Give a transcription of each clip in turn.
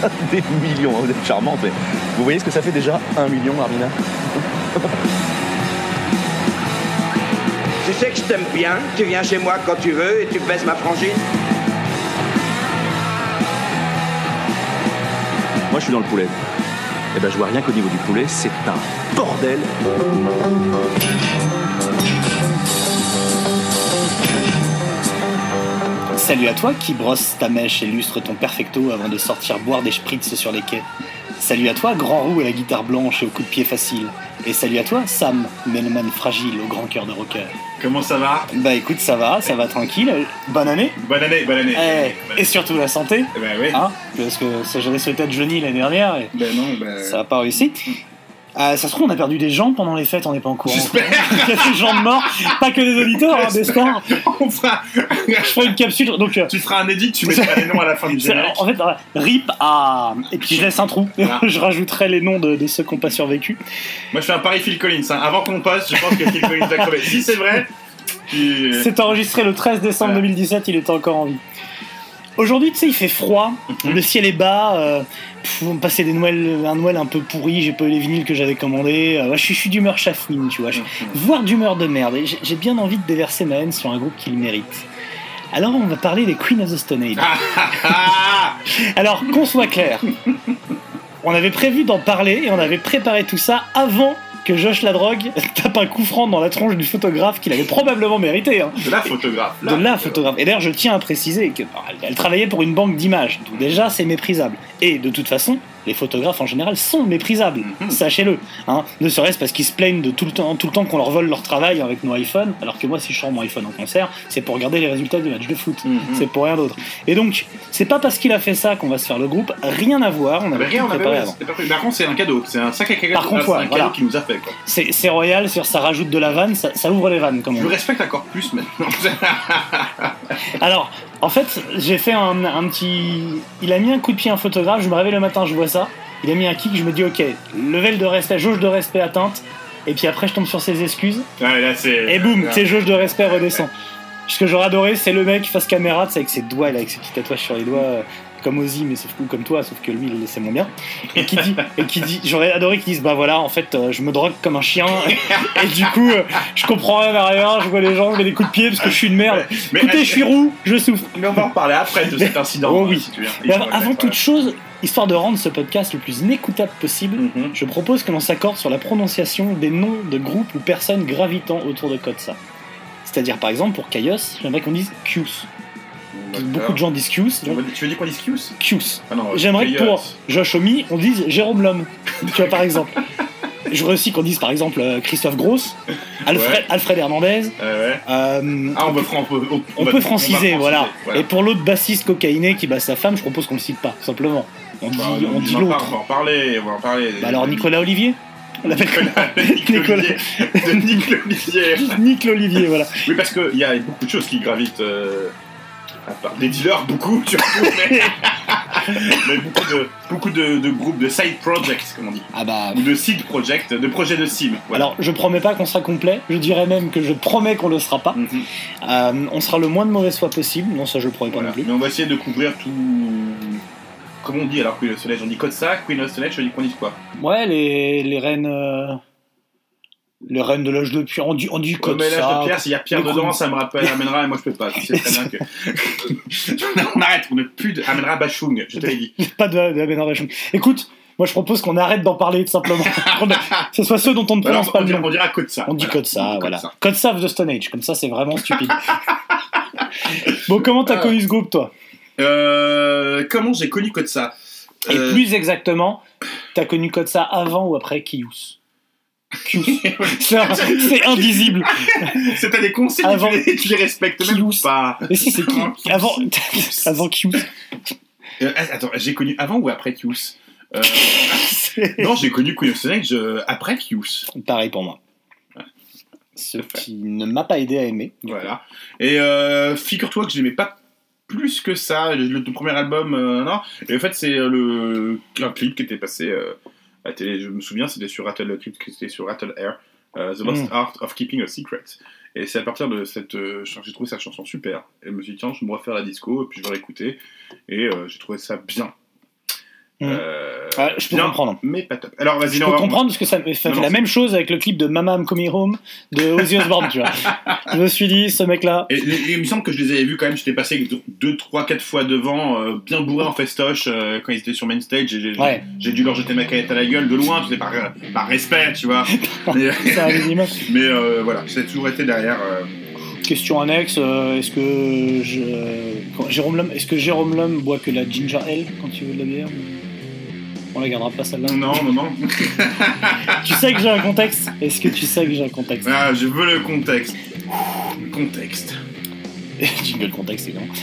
Des millions, vous êtes charmante, mais vous voyez ce que ça fait déjà 1 million, Armina? Tu sais que je t'aime bien, tu viens chez moi quand tu veux et tu baisses ma frangine. Moi, je suis dans le poulet. Eh ben, je vois rien qu'au niveau du poulet, c'est un bordel. Salut à toi qui brosse ta mèche et lustre ton perfecto avant de sortir boire des spritz sur les quais. Salut à toi, grand roux à la guitare blanche et au coup de pied facile. Et salut à toi, Sam, mélomane fragile au grand cœur de rocker. Comment ça va? Bah écoute, ça va tranquille. Bonne année. Bonne année. Et surtout la santé. Eh ben oui. Hein, parce que ça, j'avais souhaité être Johnny l'année dernière et ça n'a pas réussi. Ça se trouve, on a perdu des gens pendant les fêtes, on n'est pas en courant. J'espère. Il y a des gens de morts, pas que des auditeurs, des stars. Je ferai une capsule. Donc, tu feras un edit, tu mettras les noms à la fin du générique. En fait, RIP à. Et puis je laisse un trou. Ah. Je rajouterai les noms de ceux qui n'ont pas survécu. Moi je fais un pari Phil Collins. Hein. Avant qu'on poste, je pense que Phil Collins a crevé. Si c'est vrai, C'est enregistré le 13 décembre 2017, il était encore en vie. Aujourd'hui, tu sais, il fait froid, le ciel est bas. On me passait un Noël un peu pourri, j'ai pas eu les vinyles que j'avais commandés. Je suis d'humeur chafouine, tu vois. Voire d'humeur de merde. Et j'ai bien envie de déverser ma haine sur un groupe qui le mérite. Alors, on va parler des Queen of the Stone Age. Alors, qu'on soit clair, on avait prévu d'en parler et on avait préparé tout ça avant que Josh Ladrogue tape un coup franc dans la tronche du photographe qu'il avait probablement mérité. Hein. De la photographe. Et d'ailleurs, je tiens à préciser qu'elle travaillait pour une banque d'images. Donc déjà, c'est méprisable. Et de toute façon, les photographes en général sont méprisables. Sachez-le. Hein. Ne serait-ce parce qu'ils se plaignent de tout le temps qu'on leur vole leur travail avec nos iPhones. Alors que moi, si je sors mon iPhone en concert, c'est pour regarder les résultats du match de foot. C'est pour rien d'autre. Et donc, c'est pas parce qu'il a fait ça qu'on va se faire le groupe. Rien à voir. On avait rien préparé avant. Par contre, c'est un cadeau. C'est un sac à cadeau. Par contre, c'est un cadeau qui nous a fait. Quoi. C'est royal, ça rajoute de la vanne, ça ouvre les vannes. Comme on Je le respecte encore plus maintenant. Alors, en fait, j'ai fait un petit... Il a mis un coup de pied à un photographe, je me réveille le matin, je vois ça. Il a mis un kick, je me dis ok, level de respect, jauge de respect atteinte. Et puis après, je tombe sur ses excuses. Ouais, là, et boum, c'est jauge de respect redescend. Ce que j'aurais adoré, c'est le mec face caméra, avec ses doigts, avec ses petits tatouages sur les doigts... comme Ozzy, mais sauf comme toi, sauf que lui il le laissait moins bien, et qui dit j'aurais adoré qu'il dise bah voilà, en fait je me drogue comme un chien et du coup je comprends rien à rien, je vois les gens, je mets des coups de pied parce que je suis une merde. Écoutez, je suis roux, je souffre. Mais on va en reparler après de cet incident. Oh oui. Si tu veux. Avant toute chose, histoire de rendre ce podcast le plus inécoutable possible, je propose que l'on s'accorde sur la prononciation des noms de groupes ou personnes gravitant autour de Kotsa. C'est-à-dire par exemple pour Kaios, j'aimerais qu'on dise Kius. Beaucoup de gens disent Kius. Tu veux dire qu'on dise Kius? Kius. J'aimerais que pour Josh Homme, on dise Jérôme Lhomme. Tu vois, par exemple. Je voudrais aussi qu'on dise, par exemple, Christophe Grosse, Alfred Hernandez. On peut franciser, voilà. Et pour l'autre bassiste cocaïné qui bat sa femme, je propose qu'on le cite pas, simplement. On dit l'autre. On va en parler. Bah alors, Nicolas Olivier? On l'appelle Nick Olivier, voilà. Oui, parce qu'il y a beaucoup de choses qui gravitent... à part des dealers, beaucoup, tu vois, mais beaucoup de groupes de side projects, comme on dit. Ou de seed projects, de projets de sim. Voilà. Alors, je promets pas qu'on sera complet, je dirais même que je promets qu'on le sera pas. On sera le moins de mauvaise foi possible, non, ça je le promets pas non plus. Mais on va essayer de couvrir tout... Comment on dit alors Queen of Stone Age? On dit Kotsa, Queen of Stone Age, on dit quoi? Ouais, les reines... Les reines de l'âge de pierre, on dit Kotsa. Mais l'âge de pierre, s'il y a Pierre dedans, ça me rappelle Amenra et moi je peux pas. Tu sais très bien que. On arrête, on n'est plus de Amenra Bashung, je te l'ai dit. Pas de Amenra Bashung. Écoute, moi je propose qu'on arrête d'en parler tout simplement. Que ce soit ceux dont on ne prononce pas le nom. On dira Kotsa. On dit Kotsa, voilà. Kotsa of the Stone Age, comme ça c'est vraiment stupide. Bon, comment t'as connu ce groupe toi? Comment j'ai connu Kotsa? Et plus exactement, t'as connu Kotsa avant ou après Kius? C'est indisible. C'était des consignes, avant... tu les respectes même pas. Mais si, c'est avant Kius. Attends, j'ai connu avant ou après Kius? Non, j'ai connu Queen of Stone Age après Kius. Pareil pour moi. Ce qui ne m'a pas aidé à aimer. Voilà. Et figure-toi que j'aimais pas plus que ça le premier album. Non. Et en fait, c'est un clip qui était passé à la télé. Je me souviens, c'était sur Rattle Air, The Lost Art of Keeping a Secret. Et c'est à partir de cette... j'ai trouvé cette chanson super. Et je me suis dit, tiens, je vais me refaire la disco, et puis je vais l'écouter. Et j'ai trouvé ça bien. Je peux bien, comprendre. Mais pas top. Alors vas-y, Je peux comprendre parce que ça fait la même chose avec le clip de Mama I'm Coming Home de Ozzy Osbourne, tu vois. Je me suis dit, ce mec-là. Et il me semble que je les avais vus quand même, j'étais passé 2, 3, 4 fois devant, bien bourré en festoche, quand ils étaient sur main stage, et j'ai dû leur jeter ma canette à la gueule de loin, tu sais, par respect, tu vois. C'est un minimum. Mais voilà, j'ai toujours été derrière. Question annexe, est-ce que Jérôme Lhomme boit que la ginger ale quand tu veux de la bière? On la gardera pas celle-là. Non. Tu sais que j'ai un contexte? Est-ce que tu sais que j'ai un contexte? Ah, je veux le contexte. Contexte. Jingle contexte, évidemment.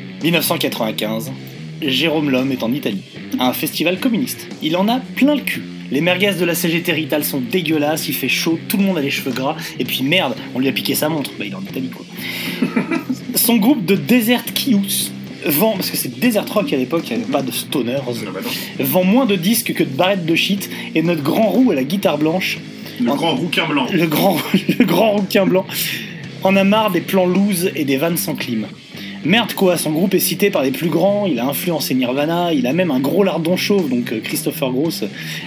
1995, Jérôme Lhomme est en Italie, à un festival communiste. Il en a plein le cul. Les merguez de la CGT Rital sont dégueulasses, il fait chaud, tout le monde a les cheveux gras, et puis merde, on lui a piqué sa montre. Bah, il est en Italie, quoi. Son groupe de Desert Kious vend, parce que c'est Desert Rock à l'époque, il n'y avait pas de stoners, vend moins de disques que de barrettes de shit, et notre grand roux à la guitare blanche. Grand rouquin blanc. Le grand rouquin blanc en a marre des plans loose et des vannes sans clim. Merde quoi, son groupe est cité par les plus grands, il a influencé Nirvana, il a même un gros lardon chauve, donc Christopher Gross,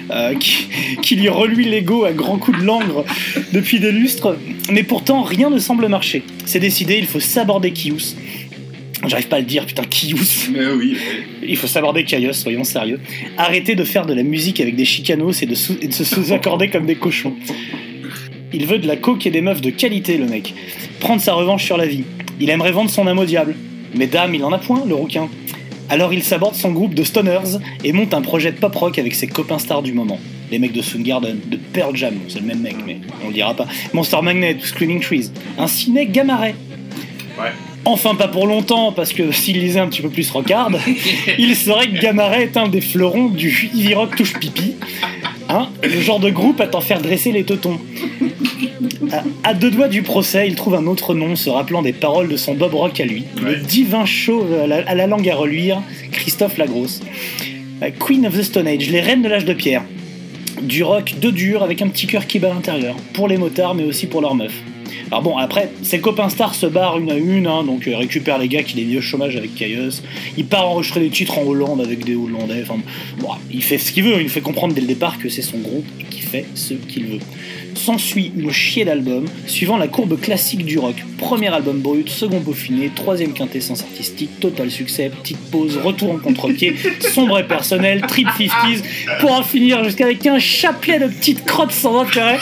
qui lui reluit l'ego à grands coups de langre depuis des lustres, mais pourtant rien ne semble marcher. C'est décidé, il faut s'aborder Kious. J'arrive pas à le dire, putain, Kious. Mais oui. Il faut s'aborder Kious, soyons sérieux. Arrêtez de faire de la musique avec des chicanos et de se sous-accorder comme des cochons. Il veut de la coke et des meufs de qualité, le mec. Prendre sa revanche sur la vie. Il aimerait vendre son âme au diable. Mais dame, il en a point, le rouquin. Alors il s'aborde son groupe de stoners et monte un projet de pop-rock avec ses copains stars du moment. Les mecs de Soundgarden, de Pearl Jam, c'est le même mec, mais on le dira pas. Monster Magnet, Screaming Trees. Un ciné Gamaret. Ouais. Enfin, pas pour longtemps, parce que s'il lisait un petit peu plus Rockard, il saurait que Gamaret est un des fleurons du heavy rock touche pipi. Hein, le genre de groupe à t'en faire dresser les teutons. À 2 doigts du procès, il trouve un autre nom se rappelant des paroles de son Bob Rock à lui. Ouais. Le divin chauve à la langue à reluire, Christophe Lagrosse. Queen of the Stone Age, les reines de l'âge de pierre. Du rock de dur avec un petit cœur qui bat à l'intérieur. Pour les motards, mais aussi pour leurs meufs. Alors bon, après, ses copains stars se barrent une à une, hein, donc récupère les gars qui les vieux chômage avec Caius. Il part enregistrer des titres en Hollande avec des Hollandais. Enfin, bon, il fait ce qu'il veut, il nous fait comprendre dès le départ que c'est son groupe et qu'il fait ce qu'il veut. S'ensuit une chier d'albums, suivant la courbe classique du rock. Premier album brut, second peaufiné, troisième quintessence artistique, total succès, petite pause, retour en contre-pied, sombre et personnel, trip 50s, pour en finir jusqu'avec un chapelet de petites crottes sans intérêt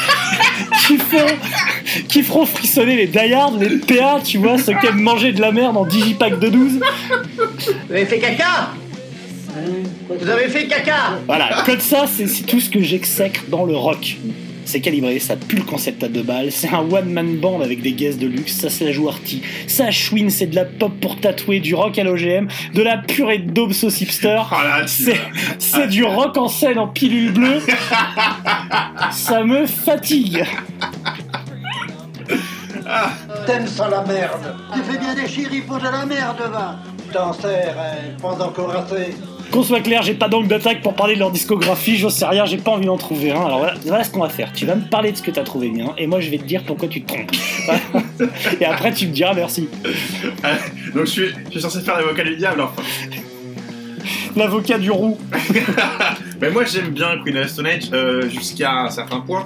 qui feront frissonner les die-hard, les PA, tu vois, ceux qui aiment manger de la merde en digipack de 12. Vous avez fait caca ? Vous avez fait caca ? Voilà, comme ça, c'est tout ce que j'exècre dans le rock. C'est calibré, ça pue le concept à 2 balles, c'est un one-man band avec des guests de luxe, ça se la joue arty, ça chouine, c'est de la pop pour tatouer, du rock à l'OGM, de la purée de daube sauce hipster, c'est du rock en scène en pilule bleue, ça me fatigue. T'aimes ça la merde? Tu fais bien des chéris pour de la merde, va. T'en sers, je pense encore assez. Qu'on soit clair, j'ai pas d'angle d'attaque pour parler de leur discographie, j'en sais rien, j'ai pas envie d'en trouver un. Alors voilà ce qu'on va faire. Tu vas me parler de ce que t'as trouvé bien, et moi je vais te dire pourquoi tu te trompes. Et après tu me diras merci. Donc je suis censé faire l'avocat du diable, enfin. L'avocat du roux. Mais moi j'aime bien Queen of the Stone Age jusqu'à un certain point.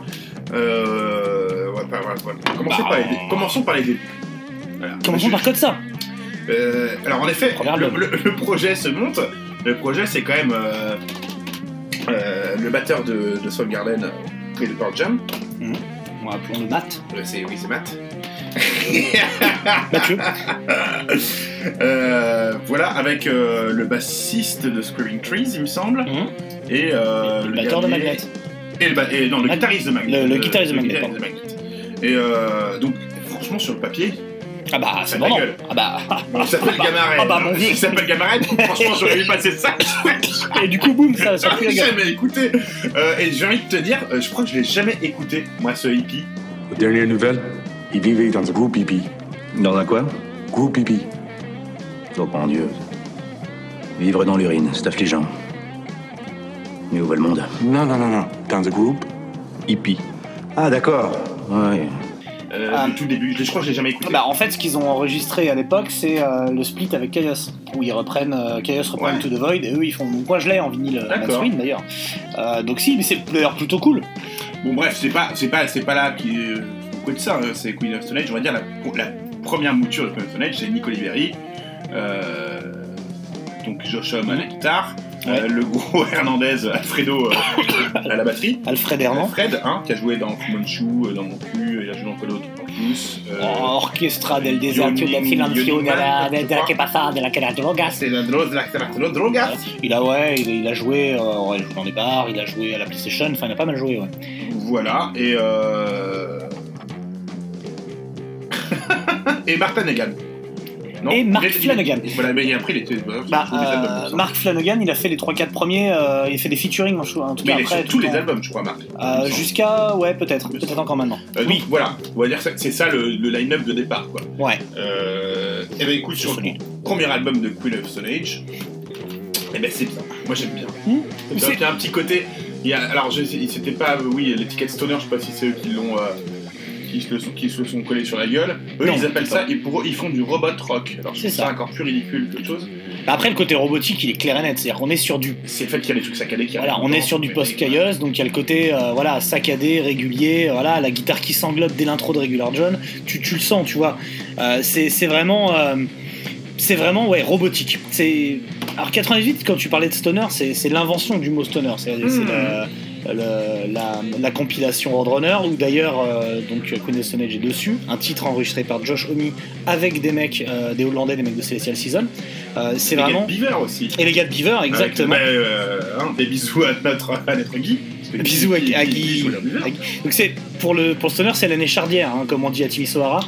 Commençons par les débuts. Voilà. Commençons par Code ça. Alors en effet, le projet se monte. Le projet, c'est quand même le batteur de Soundgarden et de Pearl Jam. On appelons le Matt. C'est Matt. Mathieu. Voilà, avec le bassiste de Screaming Trees, il me semble. Et le batteur de Magnet. Le guitariste de Magnet. Le guitariste de Magnet. Et donc, franchement, sur le papier. Ah bah c'est bon. Ah bah. Il s'appelle Gamaret. Ah bah mon vieux. Il s'appelle Gamaret. Franchement, j'aurais vu passer ça. Et du coup, boum, ça pue la gueule. Jamais écouté. Et j'ai envie de te dire, je crois que je l'ai jamais écouté, moi, ce hippie. Aux dernières nouvelles, il vivait dans un groupe hippie. Dans un quoi? Groupe hippie. Oh mon Dieu. Vivre dans l'urine, c'est affligeant. Mais où va le monde? Non. Dans un groupe hippie. Ah d'accord. Ouais. du tout début. Je crois que je l'ai jamais écouté. En fait, ce qu'ils ont enregistré à l'époque, c'est le split avec Chaos, où ils reprennent Chaos reprennent To The Void, et eux ils font. Donc moi je l'ai en vinyle Manswin d'ailleurs. Donc si, mais c'est d'ailleurs plutôt cool. Bon bref, c'est pas là qui beaucoup de ça. Hein, c'est Queen of Stone Age. On va dire la première mouture de Queen of Stone Age, c'est Nick Oliveri, donc Josh Homme à la guitare. Le gros Hernandez, Alfredo à la batterie. Alfred Hernan. Alfred, qui a joué dans Fu Manchu, dans Mon Cul, il a joué dans Call of Duty. Orchestra del Desierto del Silencio de la que pasa de la que la drogas. C'est la drogas. Il a joué dans les bars, il a joué à la PlayStation, enfin il a pas mal joué, ouais. Voilà, et et Martin Egan. Non, et Mark Flanagan. Voilà, mais après, il était. Mark Flanagan, il a fait les 3-4 premiers, il a fait des featuring, en tout cas. Mais après, il est sur tous les albums, je crois, Mark. Jusqu'à. Ouais, peut-être encore maintenant. Donc voilà, on va dire que c'est ça le line-up de départ, quoi. Ouais. Et ben écoute, sur le premier album de Queen of Stone Age, et ben c'est bien. Moi j'aime bien. Il y a un petit côté. Alors, c'était pas. Oui, l'étiquette Stoner, je sais pas si c'est eux qui l'ont. Qui se sont collés sur la gueule. Eux, non, ils appellent ça, et pour eux, ils font du robot rock. Alors, c'est ça encore plus ridicule qu'autre chose. Après, le côté robotique, il est clair et net. C'est-à-dire qu'on est sur du. C'est le fait qu'il y a des trucs saccadés qui on est sur du post-Chaos, donc il y a le côté saccadé, régulier, la guitare qui s'englobe dès l'intro de Regular John. Tu le sens, tu vois. C'est vraiment. Robotique. Alors, 98, quand tu parlais de stoner, c'est l'invention du mot stoner. C'est la compilation Roadrunner, où d'ailleurs Queen of Stone Age est dessus, un titre enregistré par Josh Homme avec des mecs, des Hollandais, des mecs de Celestial Season. C'est et vraiment. Les gars de Beaver aussi. Et les gars de Beaver, exactement. Des bisous à notre Guy. Bisous à Guy. Donc c'est pour le stoner, c'est l'année charnière, comme on dit à Timisoara.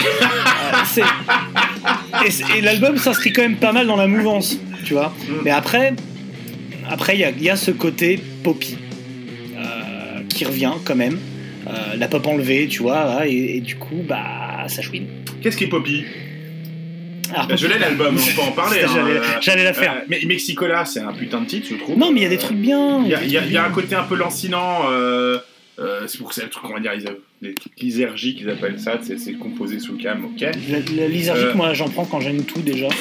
Et l'album s'inscrit quand même pas mal dans la mouvance, tu vois. Mais après il y a ce côté poppy qui revient quand même, la pop enlevée, tu vois, et du coup ça chouine. Qu'est-ce qui est poppy? Alors, je l'ai l'album, on peut en parler. J'allais la faire. Mais Mexicola, c'est un putain de titre, je trouve. Non, mais il y a des trucs bien. Il y a un côté un peu lancinant. C'est pour que c'est le truc, on va dire, l'lysergie qu'ils appellent ça, c'est composé sous cam, ok. La lysergique, moi j'en prends quand j'aime tout déjà.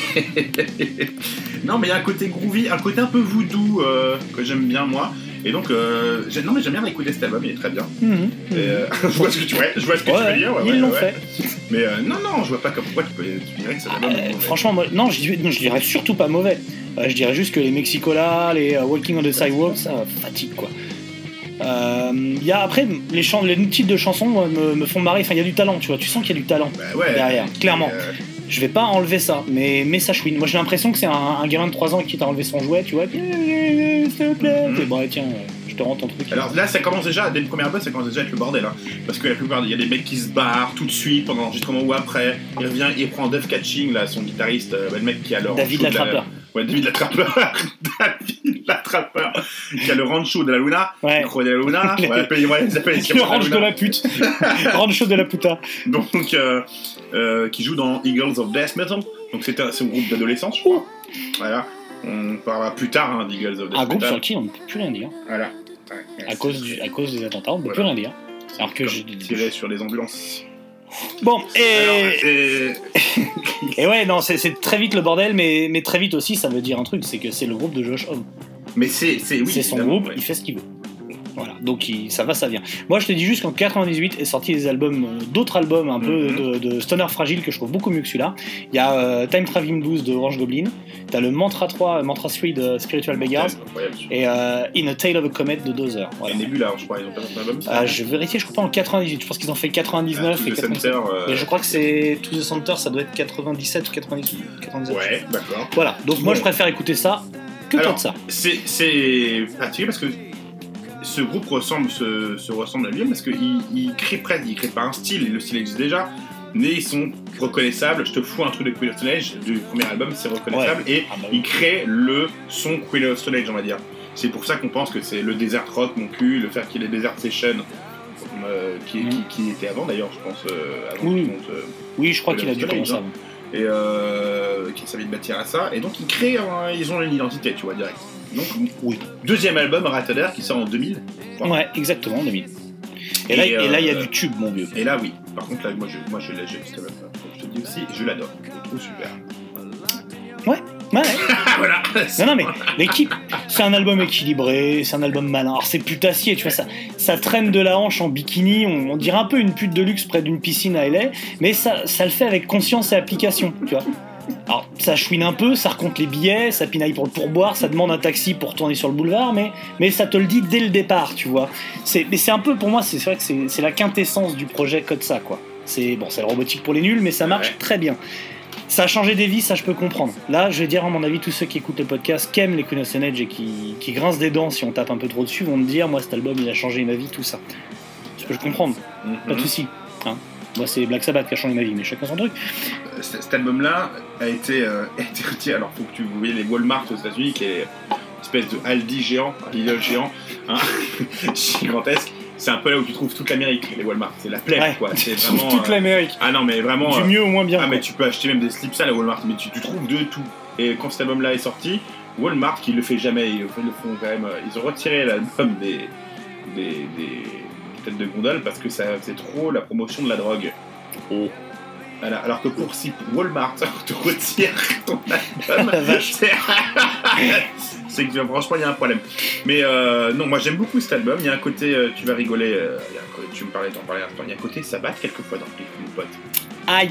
Non, mais il y a un côté groovy, un côté un peu voodoo que j'aime bien moi. Et donc, j'aime bien écouter cet album, il est très bien. Je vois ce que tu veux dire. Ils l'ont fait. Mais non, je vois pas pourquoi tu dirais que cet album est mauvais. Franchement, moi, non, je dirais surtout pas mauvais. Je dirais juste que les Mexicola, les Walking on the Sidewalk, ça fatigue quoi. Après, les titres de chansons me font marrer. Enfin, il y a du talent, tu vois. Tu sens qu'il y a du talent derrière, clairement. Je vais pas enlever ça, mais ça chouine. Moi, j'ai l'impression que c'est un gamin de 3 ans qui t'a enlevé son jouet, tu vois. S'il te plaît. Bon, tiens, je te rends ton truc. Alors là, ça commence déjà, dès le premier album, ça commence déjà avec le bordel. Parce que la plupart, il y a des mecs qui se barrent tout de suite pendant l'enregistrement ou après. Il revient, il prend Dave Catching, là, son guitariste, le mec qui a le. David Latrappeur. David Latrappeur, qui a le rancho de la Luna. Ouais. Le de la Luna. Le rancho de la pute. Rancho de la puta. Donc, qui joue dans Eagles of Death Metal. Donc, c'est un groupe d'adolescents, je crois. Voilà. On parlera plus tard d'Eagles of Death Metal. Un groupe sur lequel on ne peut plus rien dire. Voilà. À cause des attentats, on ne peut plus rien dire. Alors que je tirais sur les ambulances. Bon, et ouais, non, c'est très vite le bordel, mais très vite aussi, ça veut dire un truc, c'est que c'est le groupe de Josh Homme. Mais c'est son groupe, il fait ce qu'il veut. Voilà, donc ça va, ça vient. Moi, je te dis juste qu'en 98 est sorti des albums, d'autres albums un peu de stoner fragile que je trouve beaucoup mieux que celui-là. Il y a Time Traveling Blues de Orange Goblin, t'as le Mantra 3 de Spiritual Beggars, et In a Tale of a Comet de Dozer. Voilà. Et Nebula, je crois, ils ont pas fait un album. Je vérifie, je crois pas en 98, je pense qu'ils ont fait 99 et 97. Et je crois que c'est To the Center, ça doit être 97 ou 98. Ouais, d'accord. Voilà, donc moi je préfère écouter ça que de ça. C'est particulier parce que ce groupe se ressemble à lui parce qu'il crée pas un style, le style existe déjà, mais ils sont reconnaissables. Je te fous un truc de Queen of Stone Age du premier album, c'est reconnaissable, et il crée le son Queen of Stone Age, on va dire. C'est pour ça qu'on pense que c'est le desert rock, mon cul, le fait qu'il y ait les desert sessions qui était avant d'ailleurs, je pense. Avant oui, je crois qu'il a dû commencer avant. Et qui a servi de bâtir à ça, et donc ils ont une identité, tu vois, direct. Donc, deuxième album, Ratadar, qui sort en 2000. Ouais, exactement, en 2000. Et là, il y a du tube, mon vieux. Et là, oui. Par contre, là, moi, je l'ai Stallone. Je te dis aussi, je l'adore. Je le trouve super. Ouais. Voilà. Non, mais l'équipe, c'est un album équilibré, c'est un album malin. Alors, c'est putassier, tu vois, ça traîne de la hanche en bikini. On dirait un peu une pute de luxe près d'une piscine à LA, mais ça le fait avec conscience et application, tu vois. Alors, ça chouine un peu, ça recompte les billets, ça pinaille pour le pourboire, ça demande un taxi pour tourner sur le boulevard, mais ça te le dit dès le départ, tu vois. Mais c'est un peu, pour moi, c'est vrai que c'est la quintessence du projet Kotza, quoi. C'est la robotique pour les nuls, mais ça marche très bien. Ça a changé des vies, ça je peux comprendre. Là, je vais dire, à mon avis, tous ceux qui écoutent le podcast, qui aiment les Queen of Stone Age et qui grincent des dents si on tape un peu trop dessus, vont me dire, moi, cet album, il a changé ma vie, tout ça. Je peux comprendre, pas de soucis. Hein. Moi, c'est Black Sabbath qui a changé ma vie, mais chacun son truc. Cet album-là a été retiré. Alors, faut que vous voyez les Walmart aux États-Unis, qui est une espèce de Aldi géant, Lidl géant, hein, gigantesque. C'est un peu là où tu trouves toute l'Amérique, les Walmart. C'est la plaie, quoi. C'est vraiment toute l'Amérique. Ah non, mais vraiment. Du mieux au moins bien. Ah, mais tu peux acheter même des slips sales à Walmart, mais tu trouves de tout. Et quand cet album-là est sorti, Walmart, qui le fait jamais, ils le font quand même. Ils ont retiré l'album des têtes de gondole parce que ça faisait trop la promotion de la drogue. Oh. Voilà. Alors que pour Walmart te retire ton album, c'est que franchement il y a un problème. Mais non, moi j'aime beaucoup cet album. Il y a un côté, tu vas rigoler, tu me parlais, t'en parlais à l'instant. Il y a un côté ça bat quelquefois dans les potes. Aïe,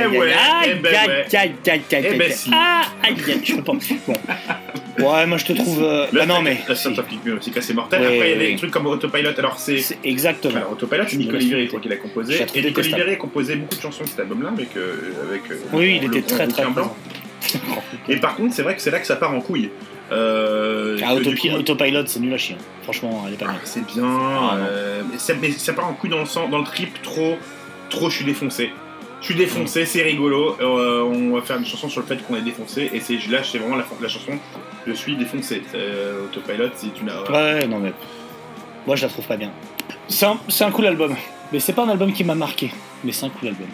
je peux pas. Bon. Ouais, moi je te trouve. Non, mais. La Sons of Music, c'est mortel. Après, il y a des trucs comme Autopilot. Alors, c'est. Exactement. Alors, Autopilot, c'est Nico Oliveri qui l'a composé. Et Nico Oliveri a composé beaucoup de chansons de cet album-là, avec. Oui, il était très très blanc. Et par contre, c'est vrai que c'est là que ça part en couille. Autopilot, c'est nul à chier. Franchement, elle est pas bien. C'est bien. Mais ça part en couille dans le trip trop. Je suis défoncé. C'est rigolo. On va faire une chanson sur le fait qu'on est défoncé. Et c'est vraiment la chanson. Je suis défoncé. Autopilot, si tu l'as. Ouais, non, mais. Moi, je la trouve pas bien. C'est un cool album. Mais c'est pas un album qui m'a marqué. Mais c'est un cool album.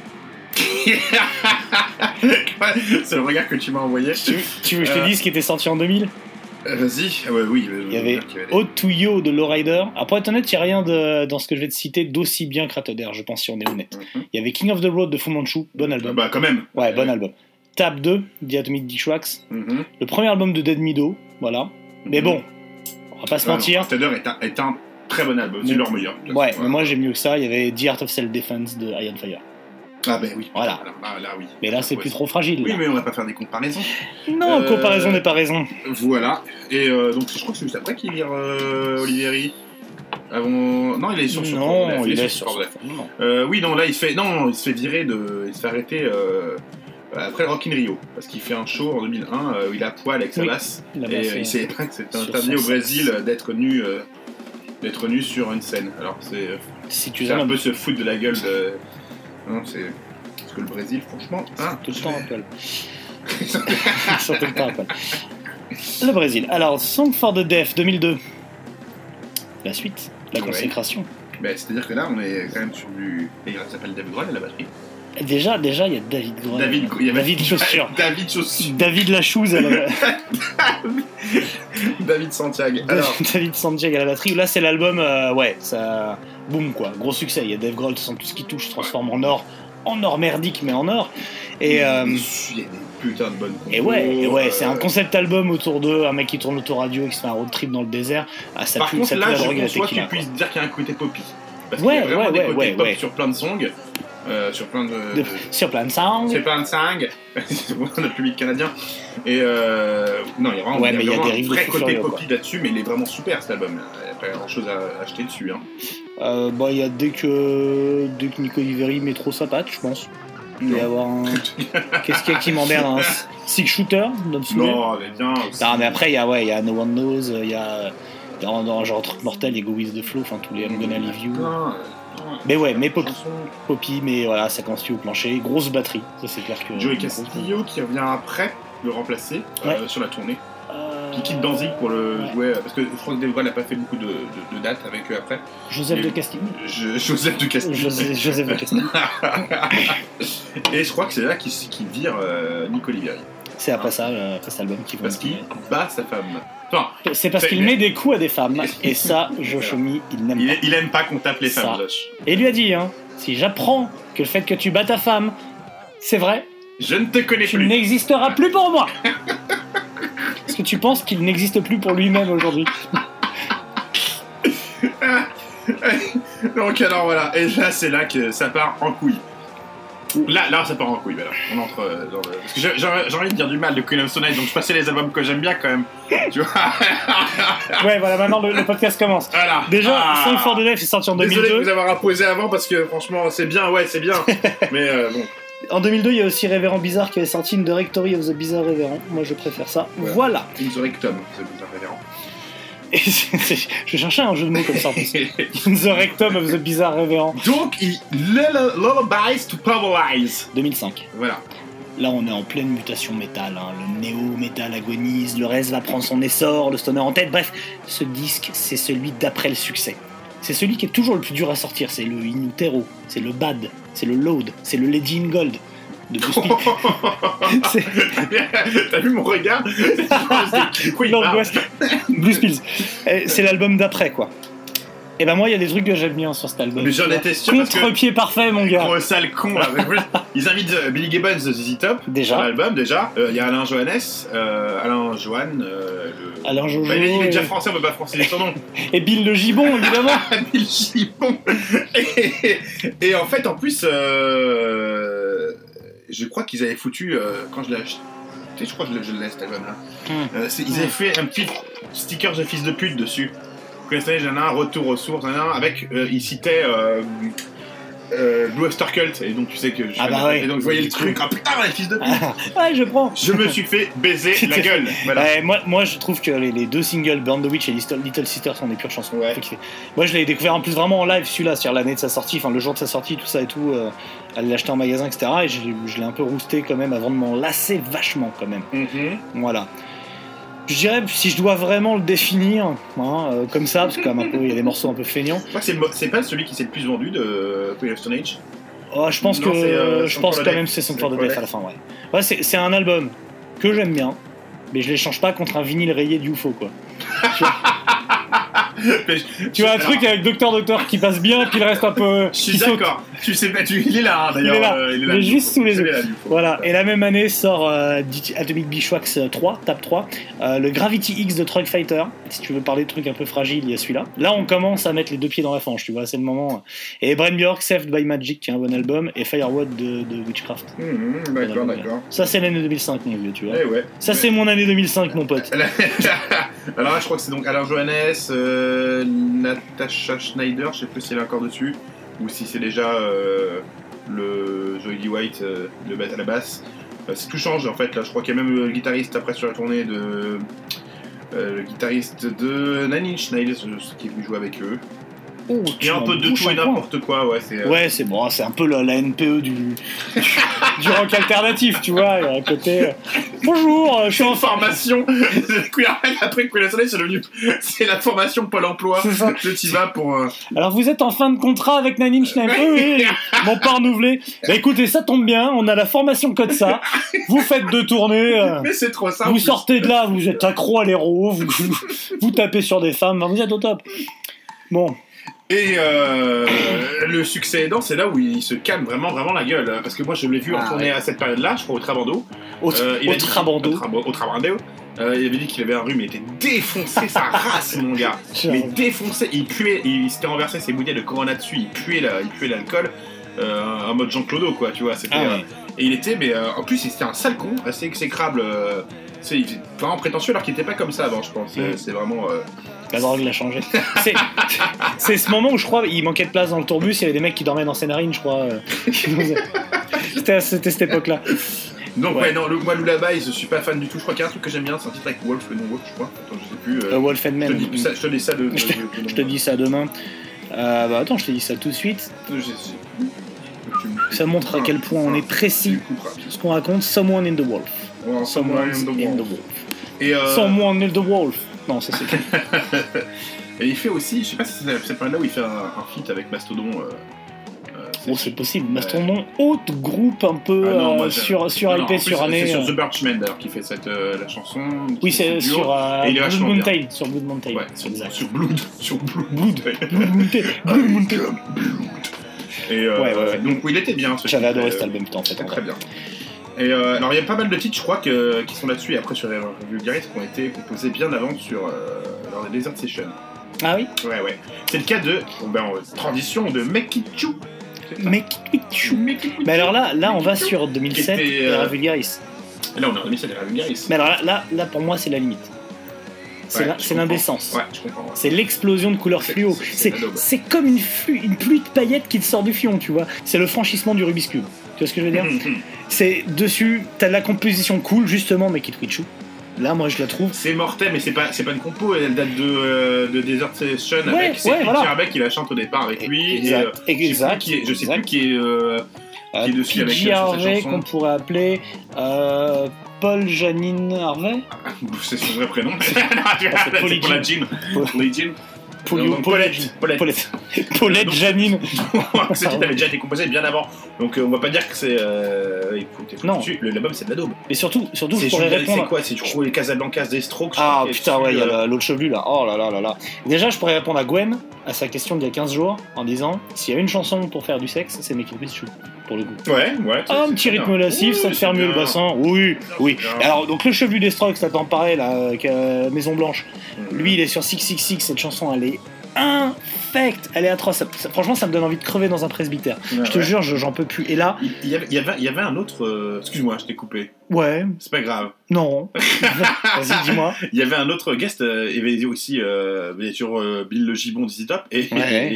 C'est le regard que tu m'as envoyé. Tu veux que je te dise ce qui était sorti en 2000 Vas-y. Oui. Il y avait Ode to You de Lowrider. Après, pour être honnête, il n'y a rien dans ce que je vais te citer d'aussi bien que Rather, je pense, si on est honnête. Il y avait King of the Road de Fu Manchu, bon album. Bah, quand même. Ouais, bon album. Tab 2, The Atomic Dishwax. Le premier album de Dead Meadow, voilà. Mais bon, on va pas se mentir. Rather est un très bon album, c'est leur meilleur. Ouais, mais moi j'ai mieux que ça. Il y avait The Art of Self-Defense de Iron Fire. Ah ben oui. Voilà. Là, oui. Mais là, c'est plus trop fragile. Oui, mais on va pas faire des comparaisons. Non, comparaison n'est pas raison. Voilà. Et donc, je crois que c'est juste après qu'il vire Oliveri. Non, il est sur ce Non, il est sur oui, non, là, il se fait virer il se fait arrêter après le Rock in Rio. Parce qu'il fait un show en 2001 où il a poil avec sa basse. Et il s'est interdit au Brésil d'être nu sur une scène. Alors, c'est un peu se foutre de la gueule de. Non, c'est. Parce que le Brésil, franchement. Tout le temps à poil. Tout le temps à poil. Le Brésil. Alors, Song for the Deaf 2002. La suite, la consécration. Ben, c'est-à-dire que là, on est quand même sur du. Il s'appelle David Grohl à la batterie. Déjà, il y a David Grohl. David Chaussure. David Chaussure. David Lachouse à la. David Santiago. Alors. David Santiago à la batterie. Là, c'est l'album. Ouais, ça. Boum, quoi. Gros succès. Il y a Dave Grohl, tout ce qui touche se transforme en or merdique, mais en or. Et. Il y a des putains de bonnes compos. Et ouais, c'est un concept album autour d'eux, un mec qui tourne l'autoradio et qui se fait un road trip dans le désert. Ça Par contre, là, je conçois que tu puisses dire qu'il y a un côté poppy. Parce qu'il y a vraiment des côtés pop sur plein de songs. Sur plein de songs. Notre public canadien. Et non, il y a vraiment, il y a un vrai côté poppy là-dessus, mais il est vraiment super cet album. Il n'y a pas grand chose à acheter dessus. Il y a dès que Nico Oliveri met trop sa patte, je pense. Il va y avoir un. Qu'est-ce qu'il y a qui m'emmerde, un Six Shooter Non, mais bien. Non, mais après, il y a No One Knows, il y a. Dans genre Truc Mortel, il y a Go With the Flow, enfin tous les I'm Gonna Leave You. Mais ouais, mais Poppy, mais voilà, ça constitue au plancher, grosse batterie, ça c'est clair que. Joey Castillo qui revient après le remplacer sur la tournée, qui quitte Danzig pour le jouer, parce que je crois que Dave Grohl n'a pas fait beaucoup de dates avec eux après. Joseph de Castillo. Joseph de Castillo. Joseph de Castillo. Et je crois que c'est là qu'il vire Nico Oliveri. C'est après ça, après cet album, parce qu'il bat sa femme. Enfin, C'est parce qu'il met des coups à des femmes. Et ça, Josh-Omi, il n'aime pas. il aime pas qu'on tape les femmes, Ça. Josh. Et il lui a dit, hein, si j'apprends que le fait que tu bats ta femme, c'est vrai, Je ne te connais tu plus. n'existeras plus pour moi. Est-ce que tu penses qu'il n'existe plus pour lui-même aujourd'hui? Donc alors voilà, et là c'est là que ça part en couille. Là ça part en couille, voilà. On entre dans le... Parce que j'ai envie de dire du mal de Queen of Stone Age, donc je passais les albums que j'aime bien quand même. Tu vois. Ouais, voilà, maintenant le podcast commence. Voilà. Déjà, Song for the Deaf est sorti en Désolé de 2002. vous avoir imposé avant parce que franchement c'est bien, ouais c'est bien. Mais bon. En 2002, il y a aussi Révérend Bizarre qui avait sorti une Directory of the Bizarre Révérend. Moi, je préfère ça. Ouais. Voilà. The Rectum, c'est bizarre révérend. Et je cherchais un jeu de mots comme ça. The Rectum of the Bizarre Révérend. Donc il lullabies to powerize. 2005. Voilà. Là, on est en pleine mutation métal. Hein. Le néo-métal agonise, le reste va prendre son essor, le stoner en tête. Bref, ce disque, c'est celui d'après le succès. C'est celui qui est toujours le plus dur à sortir. C'est le In Utero, c'est le Bad, c'est le Load, c'est le Lady in Gold. De Bruce Pills. T'as vu mon regard? Oui, Northwest. Blues Pills. C'est l'album d'après, quoi. Et ben moi, il y a des trucs que j'aime bien sur cet album. Mais j'en étais sûr parce que... Contre-pied parfait, mon gars. Gros sale con là. Ils invitent Billy Gibbons de ZZ Top Déjà. sur l'album déjà. Il y a Alain Johannes, Alain Johan, Alain Jojo. il est déjà français, on peut pas franciser son nom. Et Bill le Gibon, évidemment. Bill Gibon. Et en fait, en plus, je crois qu'ils avaient foutu quand je l'ai acheté. Je crois que je l'ai cet album-là. Ils avaient fait un petit sticker de fils de pute dessus. Vous connaissez, j'en ai un retour aux sources, avec il citait Blue Oyster Cult, et donc tu sais que et donc je voyais le truc, ah putain les fils de pute. Ouais, je prends. Je me suis fait baiser la gueule. Voilà. Moi, je trouve que les deux singles, Burn the Witch et Little Sister, sont des pures chansons. Ouais. Moi, je l'ai découvert en plus vraiment en live, celui-là, c'est-à-dire l'année de sa sortie, enfin le jour de sa sortie, tout ça et tout, aller l'acheter en magasin, etc. Et je l'ai un peu rousté quand même avant de m'en lasser vachement quand même. Voilà. Je dirais, si je dois vraiment le définir, comme ça, parce qu'il y a des morceaux un peu feignants. Je crois que c'est pas celui qui s'est le plus vendu de Queen of Stone Age. Oh, je pense Non, je pense quand même que c'est Song for the Deaf à la fin, ouais. Ouais, c'est un album que j'aime bien, mais je l'échange pas contre un vinyle rayé de UFO, quoi. Tu vois un truc avec Docteur qui passe bien, puis le reste un peu. Je suis d'accord. Tu sais, il est là, d'ailleurs. Il est juste sous les yeux. Voilà. Et la même année sort Atomic Beachwax 3, Tap 3, le Gravity X de Truck Fighter. Si tu veux parler de trucs un peu fragiles, il y a celui-là. Là, on commence à mettre les deux pieds dans la fange, tu vois, c'est le moment. Et Brain Bjork, Saved by Magic, qui est un bon album, et Firewood de Witchcraft. D'accord. Ça, c'est l'année 2005, mon vieux, tu vois. Ouais. Ça, c'est mon année 2005, mon pote. Alors là, je crois que c'est donc Alain Johannes, Natasha Schneider, je sais plus si elle est encore dessus, ou si c'est déjà le Joey White à la basse. C'est tout change en fait, là je crois qu'il y a même le guitariste après sur la tournée de... le guitariste de Nine Inch Nails qui est venu jouer avec eux. Oh, il y a un peu de tout et n'importe quoi, ouais. C'est bon, c'est un peu la NPE du rock alternatif, tu vois. Il y a un côté. Bonjour, je suis en formation. Après Queen of Stone Age, c'est la formation Pôle emploi. Je t'y vas pour. Alors vous êtes en fin de contrat avec Nine Inch Nails. Oui, mon pas renouvelé. Bah écoutez, ça tombe bien, on a la formation code ça. Vous faites 2 tournées. Mais c'est trop ça. Vous sortez de là, vous êtes accro à l'héros, vous tapez sur des femmes, vous êtes au top. Bon. Et le succès aidant, c'est là où il se calme vraiment la gueule. Parce que moi, je l'ai vu en tournée à cette période-là, je crois, au Trabando. Au Trabando. Il avait dit qu'il avait un rhume, il était défoncé sa race, mon gars. Mais défoncé, il puait, il s'était renversé ses bouteilles de Corona dessus, il puait l'alcool. En mode Jean-Claude, quoi, tu vois. C'était, et il était, mais en plus, c'était un sale con, assez exécrable. Il était vraiment prétentieux alors qu'il n'était pas comme ça avant, je pense. C'est vraiment. La drogue l'a changé. C'est ce moment où je crois il manquait de place dans le tourbus, il y avait des mecs qui dormaient dans ses narines, je crois. C'était cette époque-là. Donc non, moi Lullaby, je suis pas fan du tout. Je crois qu'il y a un truc que j'aime bien, c'est un titre avec Wolf, le nom Wolf, je crois. Attends, je sais plus. Wolf and Man. Je te dis ça je te dis ça demain. Bah attends, je te dis ça tout de suite. Ça montre à quel point on est précis. Ce qu'on raconte, Someone in the Wolf. Someone in the Wolf. Someone in the Wolf. Non, ça c'est. Et il fait aussi, je sais pas si c'est cette période-là où il fait un feat avec Mastodon. Oh, c'est possible. Mastodon, autre groupe un peu surhypé, suranné. C'est sur The Birchmen d'ailleurs qui fait la chanson. Oui, c'est sur Blood Mountain. Sur Blood Mountain. Ouais, sur Blood. Blood Mountain. Et donc il était bien. J'avais adoré cet album, en fait. Très bien. Et alors il y a pas mal de titres, je crois, qui sont là-dessus et après sur Vulgaris qui ont été composés bien avant dans les Desert Sessions. Ah oui. Ouais. C'est le cas de transition de Make It Chou. Mais alors là on va sur 2007 et Vulgaris. Là on est en 2007 et Vulgaris. Mais alors là pour moi c'est la limite. C'est l'indécence. Ouais, je comprends. C'est l'explosion de couleurs fluo. C'est comme une pluie de paillettes qui te sort du fion, tu vois. C'est le franchissement du Rubik's Cube. Tu vois ce que je veux dire? C'est dessus, t'as de la composition cool, justement, Make It With You. Là, moi, je la trouve. C'est mortel, mais c'est pas une compo. Elle date de Desert Session avec Arbeck qui la chante au départ avec lui. Exact. Je sais plus qui est dessus avec PJ Harvey qu'on pourrait appeler Paul Janine Harvey. C'est son vrai prénom. C'est Paulette Janine. Ce titre avait déjà été composé bien avant, donc on va pas dire que c'est. Non. L'album c'est de la daube. Et surtout, je pourrais répondre. C'est quoi? C'est du coup les Casablancas des Strokes. Ah putain, ouais, il y a l'autre chevelu là. Oh là là. Déjà, je pourrais répondre à Gwen, à sa question d'il y a 15 jours, en disant s'il y a une chanson pour faire du sexe, c'est Make It With You. Pour le coup. Ouais. Un petit rythme lascif, ça te fait mieux le bassin. Oui. Alors, donc le chevelu des Strokes, ça t'en paraît là, avec Maison Blanche. Lui, il est sur 666, cette chanson, elle est infecte, elle est atroce. Franchement, ça me donne envie de crever dans un presbytère. Je te jure, j'en peux plus. Et là, il y avait un autre. Excuse-moi, je t'ai coupé. Ouais. C'est pas grave. Non. Vas-y, dis-moi. Il y avait un autre guest, il y avait aussi bien sûr Bill le Gibon d'Easy Top, et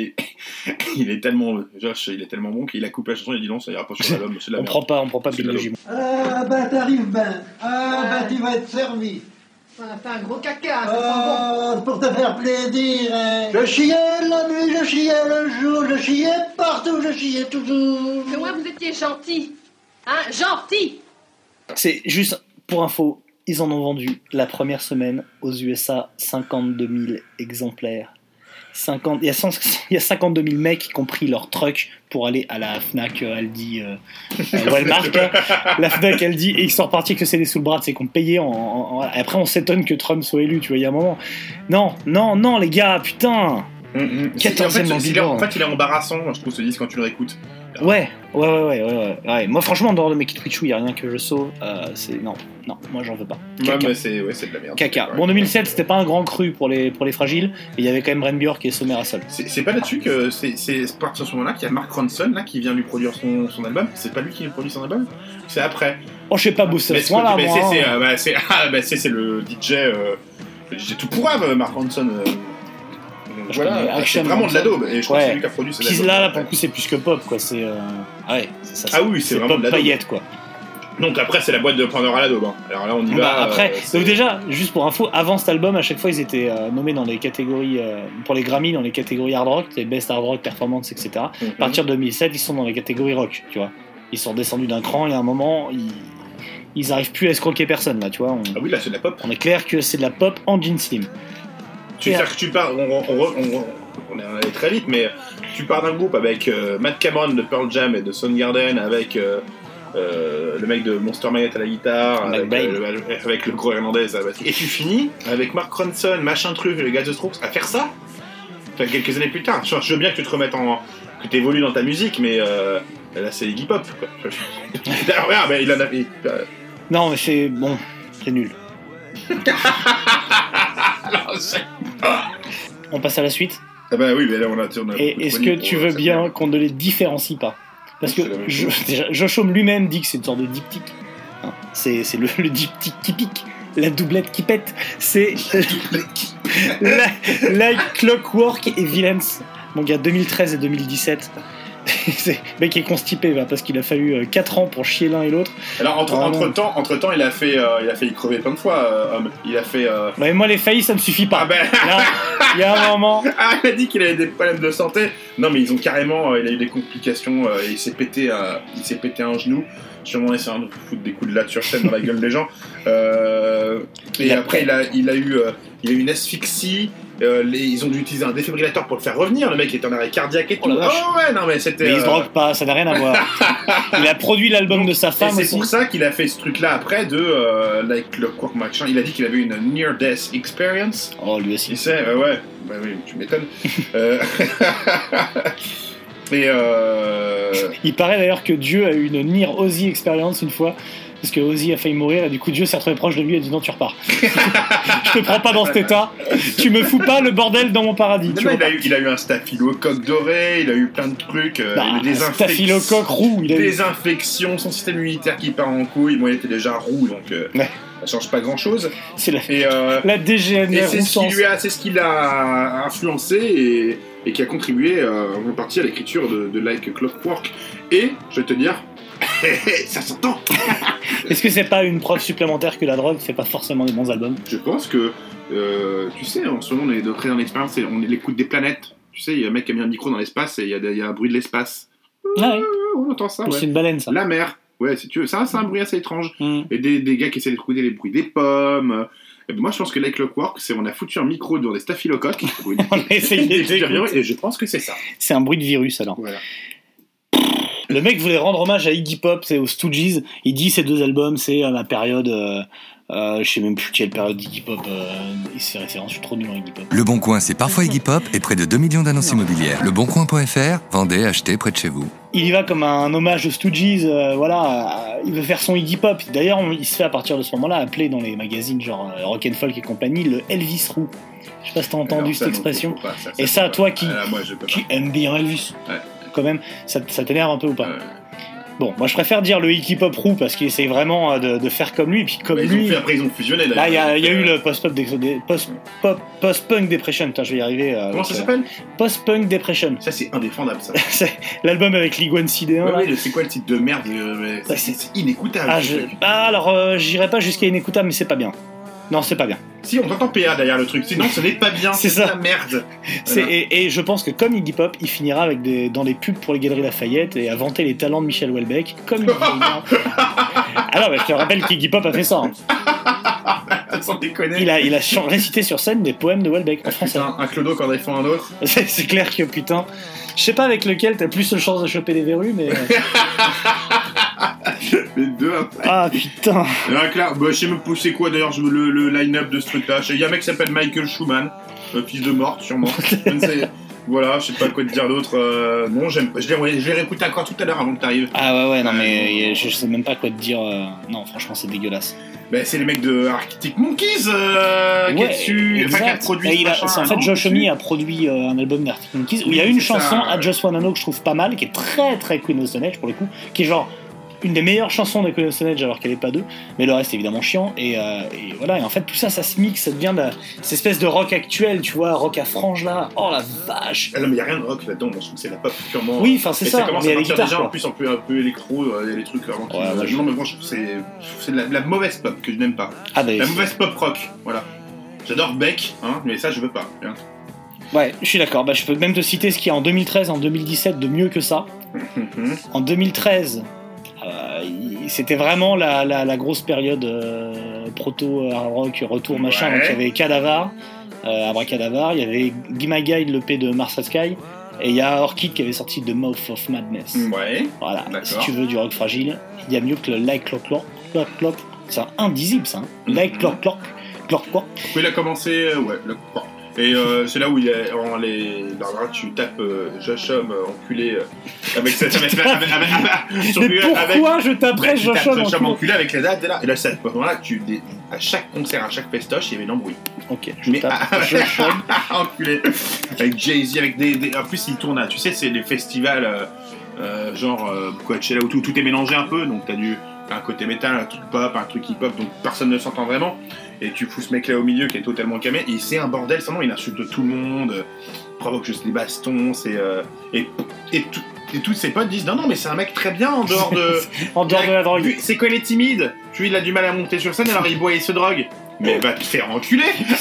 il est tellement bon qu'il a coupé la chanson. Il a dit non, ça ira pas sur l'album. On prend pas Bill le Gibon. Ah bah t'arrives ben. Ah bah tu vas être servi. On a fait un gros caca, ça sent bon. Pour te faire plaisir, hein. Je chiais la nuit, je chiais le jour, je chiais partout, je chiais toujours. Mais ouais, vous étiez gentil. Hein, gentil. C'est juste, pour info, ils en ont vendu la première semaine aux USA 52 000 exemplaires. Il y a 52 000 mecs qui ont pris leur truck pour aller à la Fnac, Aldi, Walmart, la Fnac, Aldi, et ils sont repartis avec le CD sous le bras, c'est qu'on payait Après, on s'étonne que Trump soit élu, tu vois, il y a un moment. Non, les gars, putain. 14e dans Billboard. En fait, il est embarrassant, je trouve, ce disque quand tu le réécoutes. Ouais. Moi, franchement, en dehors de Make It With You, il n'y a rien que je sauve. Non, moi, j'en veux pas. Ouais, c'est de la merde. Caca. Bon, 2007, c'était pas un grand cru pour les fragiles, mais il y avait quand même Bren Bjork et Sommer Hassel. C'est pas là-dessus que c'est partir de ce moment-là qu'il y a Mark Ronson là qui vient lui produire son album. C'est pas lui qui lui produit son album. C'est après. Oh, je sais pas bosser à ce point-là, moi. C'est le DJ tout pourrave, Mark Ronson. Voilà, c'est vraiment de la daube, et je crois que c'est lui qui a produit cette album. Là, pour le coup, c'est plus que pop, quoi. C'est c'est vraiment de la daube. Paillette, quoi. Donc après, c'est la boîte de Pandora à la daube. Hein. Alors là, on y va. Après, donc déjà, juste pour info, avant cet album, à chaque fois, ils étaient nommés dans les catégories, pour les Grammy, dans les catégories hard rock, les Best Hard Rock Performance, etc. À partir de 2007, ils sont dans les catégories rock, tu vois. Ils sont descendus d'un cran, et à un moment, ils arrivent plus à escroquer personne, là, tu vois. Ah oui, là, c'est de la pop. On est clair que c'est de la pop en jean slim. Tu parles, on est allé très vite, mais tu pars d'un groupe avec Matt Cameron de Pearl Jam et de Soundgarden, avec le mec de Monster Magnet à la guitare, avec le gros Hernandez à la batterie, et tu finis avec Mark Ronson, machin truc, les gars de Strokes, à faire ça. Enfin, quelques années plus tard. Je veux bien que tu te remettes que tu évolues dans ta musique, mais là c'est Iggy Pop, quoi. Il en a fait. Non, mais c'est bon, c'est nul. On passe à la suite. Ah bah oui, mais là on a Et est-ce que tu veux bien qu'on ne les différencie pas? Parce que Josh Homme lui-même dit que c'est une sorte de diptyque. Hein, c'est le diptyque qui pique, la doublette qui pète. C'est Like Clockwork et Villains. Mon gars, 2013 et 2017. Le mec est constipé parce qu'il a fallu 4 ans pour chier l'un et l'autre. Alors entre temps il a failli crever plein de fois, homme. Il a fait mais moi les faillis ça me suffit pas. Là, il y a un moment. Il a dit qu'il avait des problèmes de santé. Non mais ils ont carrément il a eu des complications, il s'est pété un genou. Sûrement essayant de foutre des coups de latte sur scène dans la gueule des gens. Et après il a eu une asphyxie. Ils ont dû utiliser un défibrillateur pour le faire revenir. Le mec était en arrêt cardiaque et tout. Oh la vache. Ouais, non mais c'était. Mais il se drogue pas, ça n'a rien à voir. Il a produit l'album de sa femme et c'est aussi. pour ça qu'il a fait ce truc-là après de Like Clockwork machin. Il a dit qu'il avait une near-death experience. Oh, lui aussi. Tu sais, ouais. Bah oui, tu m'étonnes. Et Il paraît d'ailleurs que Dieu a eu une Near Ozzy expérience une fois. Parce que Ozzy a failli mourir et du coup Dieu s'est retrouvé proche de lui et a dit non, tu repars. Je te prends pas dans cet état. Tu me fous pas le bordel dans mon paradis. Il a eu un staphylocoque doré, il a eu plein de trucs. Il a eu des staphylocoque roux. Des infections, son système immunitaire qui part en couille. Moi, il était déjà roux, donc ça change pas grand chose. C'est la DGNR. Et c'est ce qui l'a influencé et qui a contribué en partie à l'écriture de Like Clockwork. Et je vais te dire. Ça s'entend. Est-ce que c'est pas une preuve supplémentaire que la drogue fait pas forcément des bons albums? Je pense que, tu sais, en ce moment, on est dans l'expérience, on l'écoute des planètes. Tu sais, il y a un mec qui a mis un micro dans l'espace et il y a un bruit de l'espace. Ah ouais. On entend ça. C'est une baleine, ça. La mer. Ouais, si tu veux. Ça, c'est un bruit assez étrange. Et des gars qui essaient d'écouter les bruits des pommes. Et moi, je pense que Like Clockwork, on a foutu un micro dans des staphylocoques. On a essayé et je pense que c'est ça. C'est un bruit de virus, alors. Voilà. Le mec voulait rendre hommage à Iggy Pop, c'est aux Stooges. Il dit ces deux albums, c'est la période. Je sais même plus quelle période d'Iggy Pop. Il se fait référence, je suis trop nul en Iggy Pop. Le Bon Coin, c'est parfois Iggy Pop et près de 2 millions d'annonces immobilières. Leboncoin.fr, vendez, achetez près de chez vous. Il y va comme un hommage aux Stooges, voilà. Il veut faire son Iggy Pop. D'ailleurs, il se fait à partir de ce moment-là appeler dans les magazines genre Rock & Folk et compagnie le Elvis Roux. Je sais pas si t'as entendu cette expression. Et ça, toi qui aime bien Elvis. Ouais. Quand même, ça t'énerve un peu ou pas? Bon, moi je préfère dire le Iggy Pop Roux parce qu'il essaye vraiment de faire comme lui, et puis comme lui. Après ils ont fusionné. Là, il y a eu le post-punk depression. Putain, je vais y arriver. Comment ça s'appelle? Post-punk depression. Ça c'est indéfendable ça. C'est l'album avec Liguan CD1. Ouais, c'est quoi le titre de merde? C'est inécoutable. Alors, j'irai pas jusqu'à inécoutable, mais c'est pas bien. Non, c'est pas bien. Si, on t'entend PA derrière le truc, sinon ce n'est pas bien, c'est de la merde. Voilà. Et je pense que comme Iggy Pop, il finira avec dans les pubs pour les Galeries Lafayette et à vanter les talents de Michel Houellebecq, comme il Alors, je te rappelle qu'Iggy Pop a fait ça. Sans déconner. Il a récité sur scène des poèmes de Houellebecq en français. Un clodo quand il font un autre. C'est clair que putain. Je sais pas avec lequel t'as plus de chance de choper des verrues, mais. Les deux après. Ah putain. Claire, je sais même pas c'est quoi d'ailleurs le line-up de ce truc-là. Il y a un mec qui s'appelle Michael Schumann, fils de morte sûrement. Voilà, je sais pas quoi te dire d'autre. Non, j'aime pas. Je l'ai réécouté encore tout à l'heure avant que t'arrives. Ah ouais, non mais je sais même pas quoi te dire. Non, franchement, c'est dégueulasse. Ben, c'est les mecs de Arctic Monkeys qui est dessus, qui a produit en fait, Josh Homme a produit un album d'Arctic Monkeys où il y a une chanson, I Just Wanna Know, que je trouve pas mal, qui est très très Queen of the Stone Age pour le coup, qui est genre une des meilleures chansons de Queen of the Stone Age alors qu'elle est pas deux, mais le reste est évidemment chiant, et voilà, et en fait tout ça se mixe, ça devient cette espèce de rock actuel, tu vois, rock à franges là, oh la vache. Ah non, mais il y a rien de rock là-dedans, moi je trouve que c'est la pop purement. Oui, enfin c'est ça, commence mais à partir guitares, déjà en plus un peu électro, il y a des trucs avant qui... non mais moi je trouve que c'est de la mauvaise pop que je n'aime pas. La mauvaise pop rock, voilà. J'adore Beck, hein, mais ça je veux pas. Hein. Ouais, je suis d'accord, je peux même te citer ce qu'il y a en 2013 et en 2017 de mieux que ça. En 2013... c'était vraiment la grosse période proto hard rock, retour machin. Donc il y avait Cadavar, Abracadavar, il y avait Gimme My Guide, l'EP de Mars Sky, et il y a Orchid qui avait sorti The Mouth of Madness. Ouais. Voilà. Si tu veux du rock fragile, il y a mieux que le Like Clock. C'est indisible ça. Hein. Like Clock. Oui, il a commencé, et c'est là où il est là, tu tapes Josh Homme enculé avec cette. Pourquoi je taperais Josh Homme enculé avec les dates là. Et là, à ce moment-là, à chaque concert, à chaque festoche, il y avait l'embrouille. Ok, je tape Josh Homme enculé avec Jay-Z, avec des. En plus, il tourne tu sais, c'est des festivals genre Coachella où tout est mélangé un peu, donc t'as un côté métal, un truc pop, un truc hip-hop, donc personne ne s'entend vraiment. Et tu fous ce mec là au milieu qui est totalement camé, et c'est un bordel, seulement il insulte tout le monde, provoque juste des bastons, et tous ses potes disent non mais c'est un mec très bien en dehors de de la drogue. C'est qu'il est timide, il a du mal à monter sur scène, alors il boit et se drogue. Mais va te faire enculer.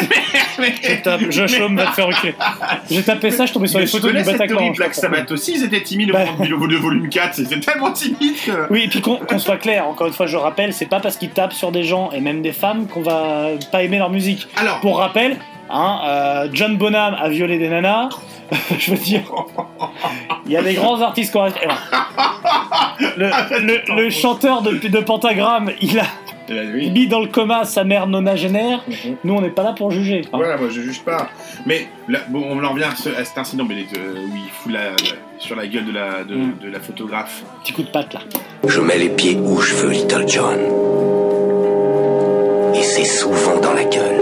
Josh Homme va te faire enculer. J'ai tapé ça, je tombais sur les photos du Bataclan. Black Sabbath aussi, ils étaient timides au volume 4, c'était tellement timide que... Oui, et puis qu'on soit clair, encore une fois je rappelle, c'est pas parce qu'ils tapent sur des gens et même des femmes qu'on va pas aimer leur musique. Alors, pour rappel, John Bonham a violé des nanas. Je veux dire, il y a des grands artistes qui ont... Le chanteur de Pentagram, il a mis dans le coma sa mère nonagénaire. Nous, on n'est pas là pour juger. Voilà, moi je juge pas. Mais là, bon, on en revient à cet incident où il fout sur la gueule de la photographe. Petit coup de patte là. Je mets les pieds où je veux, Little John. Et c'est souvent dans la gueule.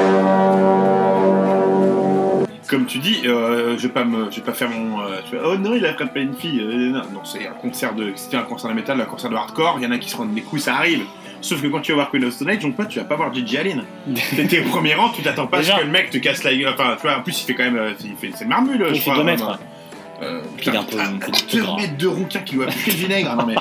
Comme tu dis, je vais pas faire mon. Oh non, il a frappé une fille. Non, c'était un concert de métal, un concert de hardcore. Il y en a qui se rendent des coups, ça arrive. Sauf que quand tu vas voir Queen of Stone Age, donc tu vas pas voir Gigi Allen. T'es au premier rang, tu t'attends pas à ce que le mec te casse la gueule. Enfin, tu vois, en plus il fait quand même, c'est marmule. Il fait 2 mètres. Il est un peu 2 mètres de rouquin qui doit plus que le vinaigre. Non mais.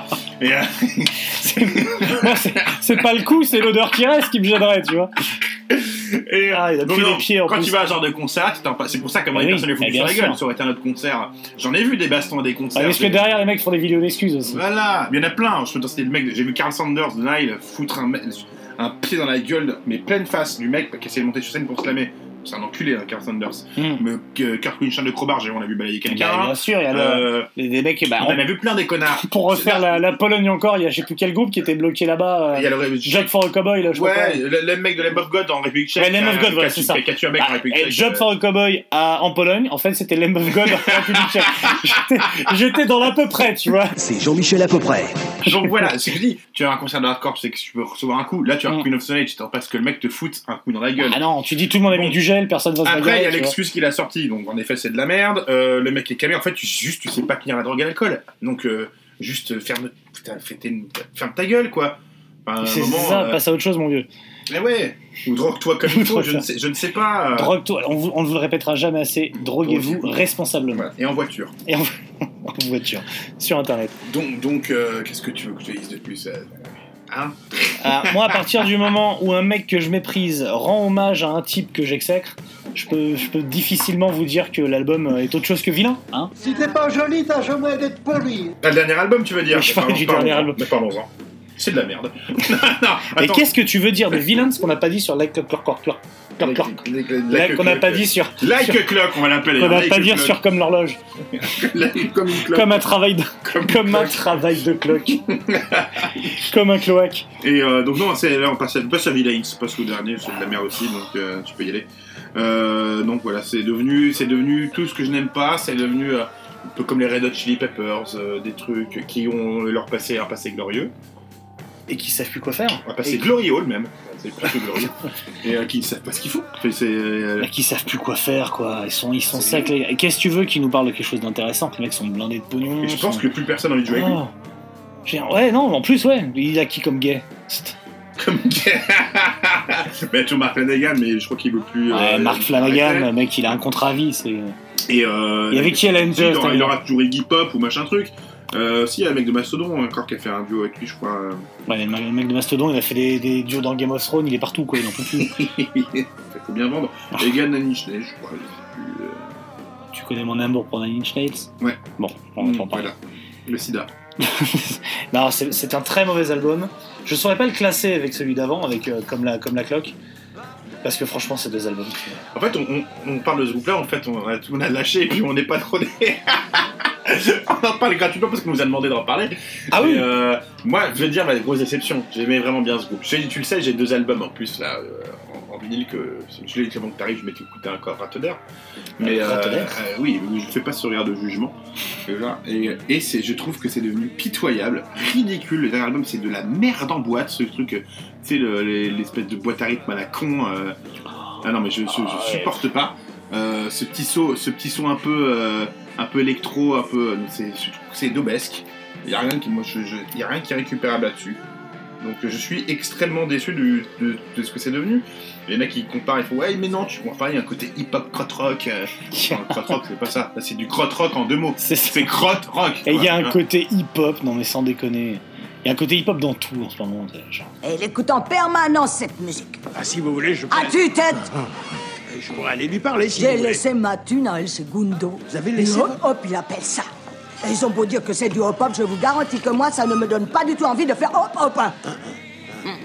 C'est pas le coup, c'est l'odeur qui reste qui me gênerait, tu vois. Et il a plus les pieds en quand plus. tu vas à ce genre de concert, c'est pour ça que personne ne fout sur la gueule. Ça aurait été un autre concert. J'en ai vu des bastons à des concerts. Parce que derrière les mecs font des vidéos d'excuses aussi. Voilà, il y en a plein. J'ai vu Carl Sanders de Nile foutre un pied dans la gueule, mais pleine face du mec qui essayait de monter sur scène pour se lamer. C'est un enculé, Carl Sanders. Mais Kurt Winston de Crowbar, on a vu balayer quelqu'un. Bien sûr, il y a des mecs. On en a vu plein des connards. Pour refaire la Pologne encore, il y a je sais plus quel groupe qui était bloqué là-bas. Il y a le Job for a Cowboy, là, je crois. Ouais, le mec de Lamb of God en République Tchèque. Lamb of God, voilà, c'est ça. Qui a tué un mec en République Tchèque. Job for a Cowboy en Pologne, en fait, c'était Lamb of God en République Tchèque. J'étais dans l'à peu près, tu vois. C'est Jean-Michel à peu près. Donc voilà, c'est ce que je dis. Tu as un concert de hardcore, tu sais que tu peux recevoir un coup. Là, tu as Queen of Stone Age, tu t'en passes que le mec te foute un coup dans la gueule. Ah non, tu dis tout le monde a mis du gel, personne va se bagarrer. Après, il y a l'excuse qu'il a sorti, donc en effet, c'est de la merde. Le mec est camé, en fait, tu sais pas tenir la drogue à l'alcool. Donc, juste ferme ta gueule, quoi. Enfin, c'est ça, passe à autre chose, mon vieux. Mais ouais, ou drogue-toi comme il faut, je ne sais pas. Drogue-toi, on ne vous le répétera jamais assez, droguez-vous responsablement. Voilà. Et en voiture. En voiture, sur internet. Donc qu'est-ce que tu veux que je te dise de plus moi, à partir du moment où un mec que je méprise rend hommage à un type que j'exècre, je peux difficilement vous dire que l'album est autre chose que vilain. Si t'es pas joli, t'as jamais d'être poli. Le dernier album, tu veux dire? Je parle du dernier album. Mais parlons-en. C'est de la merde. Et qu'est-ce que tu veux dire de vilain, ce qu'on n'a pas dit sur Like a Clock? Qu'on n'a pas dit sur... Like a Clock, on va l'appeler. Qu'on n'a pas dit sur Comme l'horloge. Comme un travail de clock. Comme un cloaque. Et donc non, là on passe à Villains, parce que le dernier c'est de la merde aussi, donc tu peux y aller. Donc voilà, c'est devenu tout ce que je n'aime pas, c'est devenu un peu comme les Red Hot Chili Peppers, des trucs qui ont un passé glorieux. Et qui savent plus quoi faire. Un passé glorieux même. C'est plus que glorieux. Et qui savent pas ce qu'il faut. Qui savent plus quoi faire, quoi. Ils sont secs, les gars. Qu'est-ce que tu veux qu'ils nous parlent de quelque chose d'intéressant? Les mecs sont blindés de pognon. Et je pense que plus personne n'a envie de jouer avec lui. Ouais, non, en plus, ouais. Il a qui comme gay? Comme gay. Mais tu Mark Flanagan, mais je crois qu'il veut plus. Mark Flanagan, mec, il a un contrat à vie, c'est. Et avec qui elle a une test? Il aura toujours Iggy Pop ou machin truc. Si, il y a le mec de Mastodon encore qui a fait un duo avec lui, je crois. Ouais, le mec de Mastodon, il a fait des duos dans Game of Thrones, il est partout, quoi, il en peut plus. Faut bien vendre. Et Egan Nine Inch Nails, je crois. Tu connais mon amour pour Nine Inch Nails? Ouais. Bon, on va en parler. Voilà. Le sida. Non, c'est un très mauvais album. Je saurais pas le classer avec celui d'avant, avec comme la cloque. Parce que franchement, c'est 2 albums. En fait, on parle de ce groupe-là, en fait, on a lâché et puis on n'est pas trop on en parle gratuitement parce qu'on nous a demandé d'en parler. Ah oui. Moi, je vais dire ma grosse déception. J'aimais vraiment bien ce groupe. Tu le sais, j'ai 2 albums en plus là en vinyle que je l'ai dit avant que t'arrives, je m'étais écouté encore Rattener. Mais oui, je fais pas ce regard de jugement. Et je trouve que c'est devenu pitoyable, ridicule. Le dernier album, c'est de la merde en boîte, ce truc. Tu sais, l'espèce de boîte à rythme à la con. Ah non, mais je supporte pas. Ce petit son un peu électro, c'est daubesque. Il y a rien qui est récupérable là-dessus. Donc je suis extrêmement déçu de ce que c'est devenu. Il y en a qui comparent, ils font ouais mais non, tu compares, il y a un côté hip-hop krautrock. Krautrock c'est pas ça, c'est du krautrock en 2 mots. C'est krautrock. Et il y a un côté hip-hop, non mais sans déconner. Il y a un côté hip-hop dans tout en ce moment. Genre. Elle écoute en permanence cette musique. Ah si vous voulez, je peux... As-tu tête? Je pourrais aller lui parler si J'ai vous voulez. laissé ma thune à El Segundo. Vous avez laissé... Hop, il appelle ça. Et ils ont beau dire que c'est du hop-hop, je vous garantis que moi, ça ne me donne pas du tout envie de faire hop-hop. Non.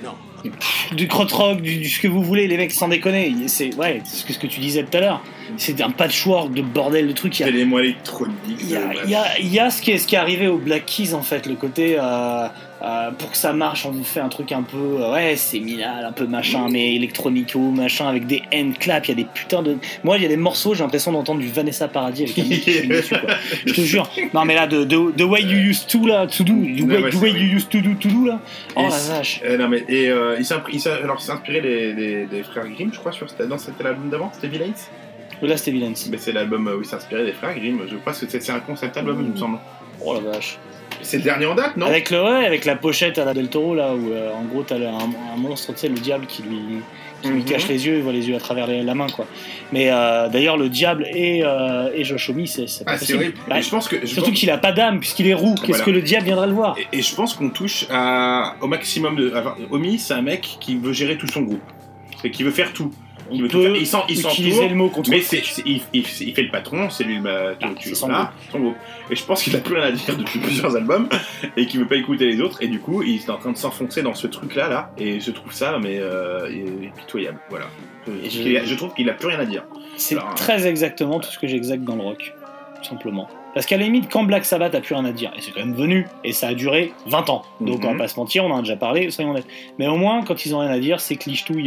du krautrock, du ce que vous voulez, les mecs, sans déconner. C'est ce que tu disais tout à l'heure. C'est un patchwork de bordel de trucs. C'est les mots électroniques. Il y a ce qui est arrivé au Black Keys en fait, le côté pour que ça marche, on vous fait un truc un peu c'est minal, un peu machin, mais électronico, machin, avec des end claps, il y a des putains de. Moi, il y a des morceaux, j'ai l'impression d'entendre du Vanessa Paradis avec un mec qui fume dessus, quoi. Je te jure. Non, mais là, The Way You Used To là, To Do, The Way You Used To Do là. Oh la vache. Il s'est inspiré des frères Grimm, je crois, c'était l'album d'avant, c'était Villains. Là, c'était Villains. Mais c'est l'album où il s'est inspiré des frères Grimm. Je crois que c'est un concept album, il me semble. Oh la vache. C'est le dernier en date, non ? Avec la pochette à la Del Toro, là, où en gros t'as un monstre, tu sais, le diable qui lui cache les yeux, il voit les yeux à travers la main, quoi. Mais d'ailleurs, le diable et Josh Homme, c'est pas possible. Horrible. Bah, surtout qu'il a pas d'âme, puisqu'il est roux. Qu'est-ce que le diable viendrait le voir ? Et je pense qu'on touche au maximum de. Homme, c'est un mec qui veut gérer tout son groupe. C'est qui veut faire tout. Il peut utiliser le mot contre mais il fait le patron, c'est lui son groupe. Et je pense qu'il a plus rien à dire depuis plusieurs albums et qu'il veut pas écouter les autres, et du coup il est en train de s'enfoncer dans ce truc là et je trouve ça pitoyable, voilà. Je trouve qu'il a plus rien à dire. C'est très exactement tout ce que j'exacte dans le rock, tout simplement. Parce qu'à la limite, quand Black Sabbath a plus rien à dire, et c'est quand même venu, et ça a duré 20 ans, donc on va pas se mentir, on en a déjà parlé, soyons honnêtes. Mais au moins, quand ils ont rien à dire, c'est clichetouille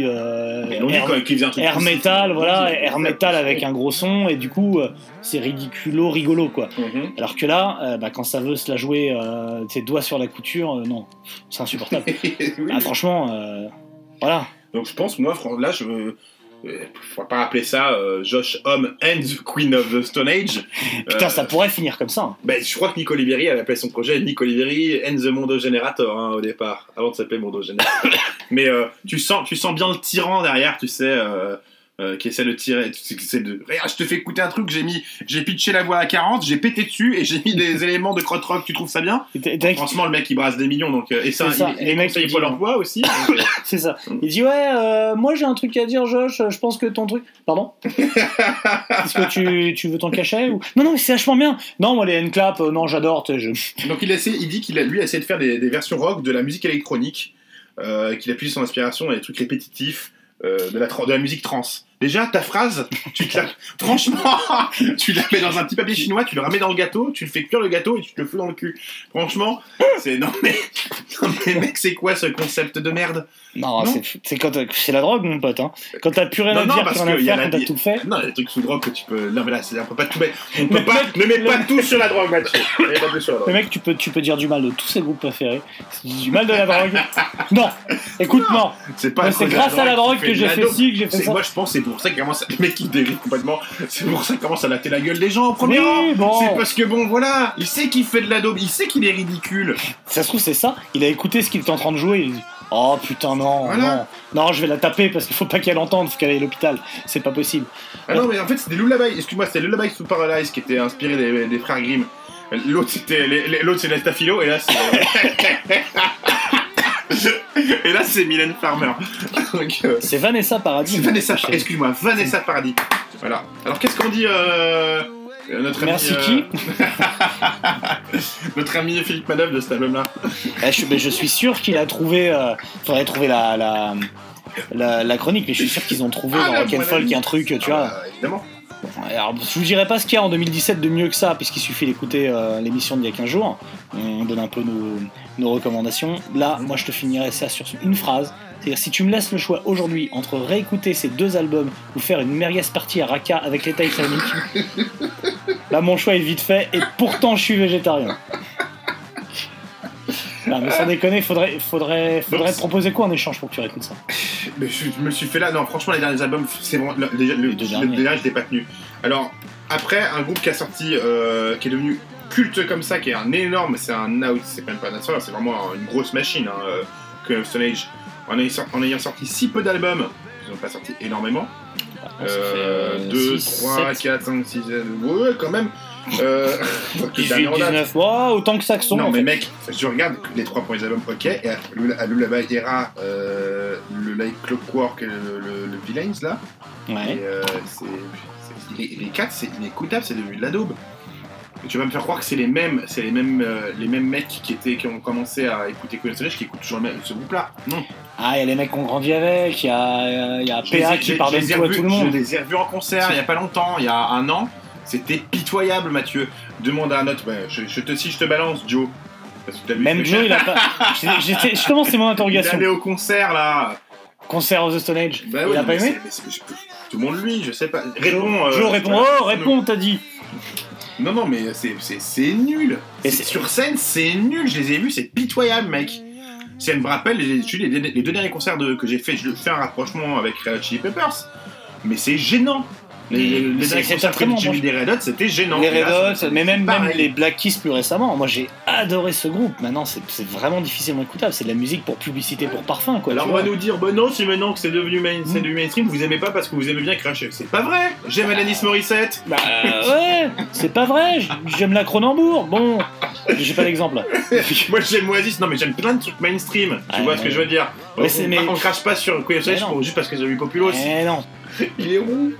air metal, voilà, air metal avec un gros son, et du coup, c'est rigolo, quoi. Alors que là, quand ça veut se la jouer tes doigts sur la couture, non, c'est insupportable. Franchement, voilà. Donc je pense, moi, là, faut pas appeler ça Josh Homme and the Queen of the Stone Age. Putain, ça pourrait finir comme ça. Je crois que Nick Oliveri avait appelé son projet Nick Oliveri and the Mondo Generator au départ, avant de s'appeler Mondo Generator. Mais tu sens bien le tyran derrière, tu sais, qui essaie de tirer, regarde, je te fais écouter un truc, j'ai pitché la voix à 40, j'ai pété dessus et j'ai mis des éléments de krautrock, tu trouves ça bien ? Franchement, le mec il brasse des millions, donc et ça, il est conseiller Pôle emploi aussi. C'est ça. Il dit moi j'ai un truc à dire, Josh, je pense que ton truc. Pardon ? Est-ce que tu veux ton cachet ou... Non, mais c'est vachement bien. Non, moi les N-clap, non, j'adore. Donc il dit qu'il a essayé de faire des versions rock de la musique électronique, qu'il a puisé son inspiration à des trucs répétitifs. De la musique trans. Déjà, ta phrase, franchement, tu la mets dans un petit papier chinois, tu le ramets dans le gâteau, tu le fais cuire le gâteau et tu te le fous dans le cul. Franchement, non mais mec, c'est quoi ce concept de merde ? Non, c'est quand c'est la drogue, mon pote. Hein. Quand t'as plus rien à dire, plus rien à faire, quand t'as tout fait. Non, il y a des trucs sous drogue que tu peux. Non, mais là, on peut pas tout mettre. Ne mets pas tout sur la drogue, Mathieu. Le mec, tu peux dire du mal de tous ses groupes préférés. Du mal de la drogue. Non, écoute, non. C'est grâce à la drogue que j'ai fait ci, que j'ai fait ça. Moi, je pense que c'est pour ça qu'il commence. Le mec qui dérive complètement. C'est pour ça qu'il commence à latter la gueule des gens au premier rang. Bon. C'est parce que voilà, il sait qu'il fait de la daube, il sait qu'il est ridicule. Ça se trouve, c'est ça. Il a écouté ce qu'il était en train de jouer. Il dit oh putain, non, je vais la taper parce qu'il faut pas qu'elle entende, faut qu'elle aille à l'hôpital. C'est pas possible. Ah non, mais en fait, c'est des Lullaby. Excuse-moi, c'est Lullaby to Paradise qui était inspiré des frères Grimm. L'autre, c'est Nestafilo, et là, c'est. Et là, c'est Mylène Farmer. Donc, c'est Vanessa Paradis. Excuse-moi, Vanessa Paradis. Voilà. Alors, qu'est-ce qu'on dit notre ami, merci qui notre ami Philippe Manœuvre de cet album-là. Je suis sûr qu'il a trouvé. Faudrait trouver la chronique, mais je suis sûr qu'ils ont trouvé dans Rock'n'Folk un truc, tu vois. Évidemment. Alors, je vous dirai pas ce qu'il y a en 2017 de mieux que ça, puisqu'il suffit d'écouter l'émission d'il y a 15 jours. On donne un peu nos recommandations. Là, moi, je te finirai ça sur une phrase. C'est-à-dire, si tu me laisses le choix aujourd'hui entre réécouter ces deux albums ou faire une merguez party à Raqqa avec l'État islamique, là, mon choix est vite fait, et pourtant, je suis végétarien. Non, mais sans déconner, faudrait te proposer quoi en échange pour que tu réécoutes ça ? Mais je me suis fait là, non, franchement, les derniers albums, c'est vraiment. Déjà, je l'ai pas tenu. Alors, après, un groupe qui a sorti, qui est devenu culte comme ça, qui est un énorme, c'est même pas un c'est vraiment une grosse machine, Queen of Stone Age. En ayant sorti si peu d'albums, ils n'ont pas sorti énormément. 2, 3, 4, 5, 6, ouais, quand même. 18, 19, autant que Saxon. Non, mais mec, je regarde les 3 premiers albums, ok, et à Lullaby Era, le Like Clockwork, le Villains là. Ouais. Et les 4, c'est inécoutable, c'est devenu de la daube. Et tu vas me faire croire que c'est les mêmes mecs qui ont commencé à écouter Queen of Stone Age qui écoutent toujours ce groupe-là. Non. Ah, il y a les mecs qu'on grandit avec, il y a PA qui pardonne tout à tout le monde. Je les ai revus en concert il y a pas longtemps, il y a un an. C'était pitoyable, Mathieu. Demande à un autre. Si je te balance, Joe. Parce que t'as vu Même Joe, il a pas. Justement, c'est mon interrogation. Il est allé au concert là. Concert of the Stone Age. Bah il a pas aimé tout le monde lui, je sais pas. Réponds. Joe répond. Réponds, t'as dit. Non, mais c'est nul. Sur scène, c'est nul. Je les ai vus, c'est pitoyable, mec. Si elle me rappelle, les deux derniers concerts que j'ai fait, je fais un rapprochement avec Red Hot Chili Peppers, mais c'est gênant. Les derniers concerts que j'ai vu des Red Hot, c'était gênant. Les Red Hot, mais même les Black Keys plus récemment. Moi, j'ai adoré ce groupe. Maintenant, c'est vraiment difficilement écoutable. C'est de la musique pour publicité, pour parfum, quoi. Alors on va nous dire, non, si maintenant que c'est devenu c'est du mainstream, vous aimez pas parce que vous aimez bien cracher. C'est pas vrai. J'aime Alanis Morissette. Bah ouais, c'est pas vrai. J'aime la Cronenbourg. Bon, j'ai pas d'exemple. Moi, j'aime Oasis. Non, mais j'aime plein de trucs mainstream. Tu vois ce que je veux dire. On crache pas sur Queen of Sage juste parce que j'ai vu Populos. Eh non. Il est roux.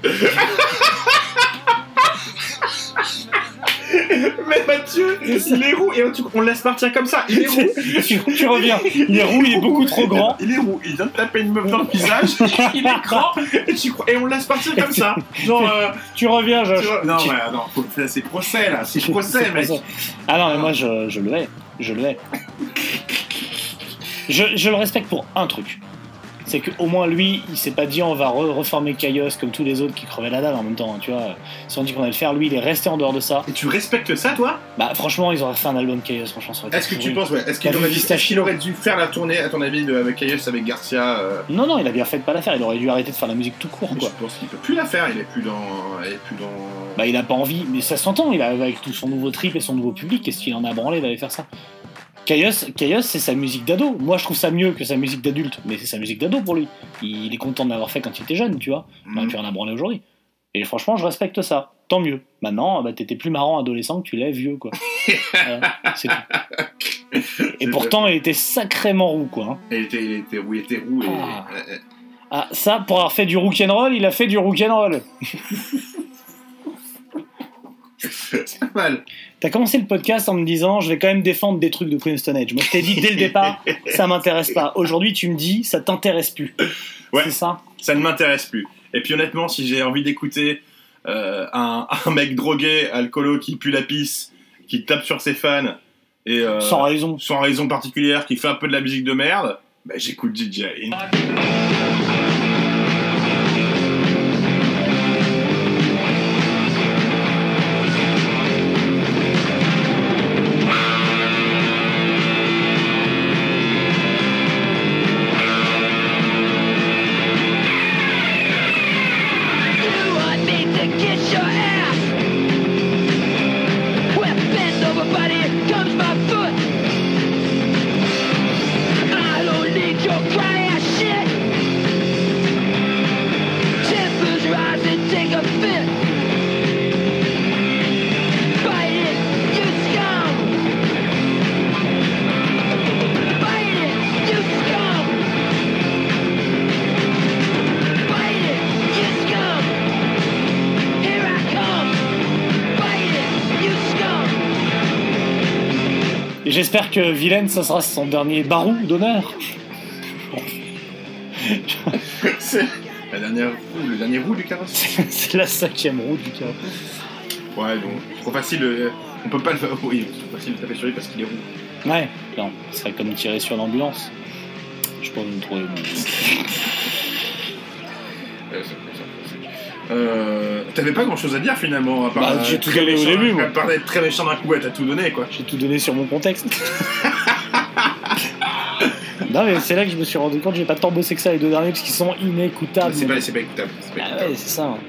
Mais Mathieu, il est roux et on le laisse partir comme ça. Il est roux. Tu reviens. Il est roux, il est beaucoup trop grand. Il est roux. Il vient de taper une meuf dans le visage. Il est grand et on le laisse partir comme ça. Genre. Tu reviens, Josh. Non, c'est procès là. C'est procès, mec. Ah non, mais moi je le hais. Je le hais. Je le respecte pour un truc. C'est qu'au moins lui, il s'est pas dit on va reformer Chaos comme tous les autres qui crevaient la dalle en même temps, tu vois. Si on dit qu'on allait le faire, lui il est resté en dehors de ça. Et tu respectes ça, toi ? Bah franchement, ils auraient fait un album Chaos, franchement. Ça aurait été est-ce que tu penses, est-ce qu'il aurait dû faire la tournée, à ton avis, avec Chaos, avec Garcia Non, il a bien fait de pas la faire, il aurait dû arrêter de faire la musique tout court, quoi. Je pense qu'il peut plus la faire, il est plus dans... Bah il a pas envie, mais ça s'entend, il a avec tout son nouveau trip et son nouveau public, qu'est-ce qu'il en a branlé d'aller faire ça ? Chaos, c'est sa musique d'ado. Moi, je trouve ça mieux que sa musique d'adulte, mais c'est sa musique d'ado pour lui. Il est content de l'avoir fait quand il était jeune, tu vois. Il aurait pu en abranler aujourd'hui. Et franchement, je respecte ça. Tant mieux. Maintenant, t'étais plus marrant adolescent que tu l'es vieux, quoi. C'est tout. Et pourtant, il était sacrément roux, quoi. Hein. Il était roux. Ça, pour avoir fait du rock'n'roll, il a fait du rock'n'roll. C'est pas mal. T'as commencé le podcast en me disant je vais quand même défendre des trucs de Queen of Stone Age. Moi je t'ai dit dès le départ ça m'intéresse pas. Aujourd'hui tu me dis ça t'intéresse plus. Ouais, c'est ça. Ça ne m'intéresse plus. Et puis honnêtement si j'ai envie d'écouter un mec drogué, alcoolo qui pue la pisse, qui tape sur ses fans et sans raison particulière, qui fait un peu de la musique de merde, bah j'écoute DJ. J'espère que Vilaine, ça sera son dernier barou d'honneur. C'est le dernier roue du carrosse. C'est la 5e roue du carrosse. Ouais, bon, c'est trop facile. On peut pas le faire. Oui, c'est trop facile de taper sur lui parce qu'il est roux. Ouais, non, ce serait comme tirer sur l'ambulance. Je peux me trouver. T'avais pas grand chose à dire finalement à part j'ai tout donné au début moi. À part d'être très méchant d'un coup, t'as tout donné quoi. J'ai tout donné sur mon contexte. Non mais c'est là que je me suis rendu compte que j'ai pas tant bossé que ça les deux derniers parce qu'ils sont inécoutables. C'est pas écoutable. Ah ouais c'est ça. Hein.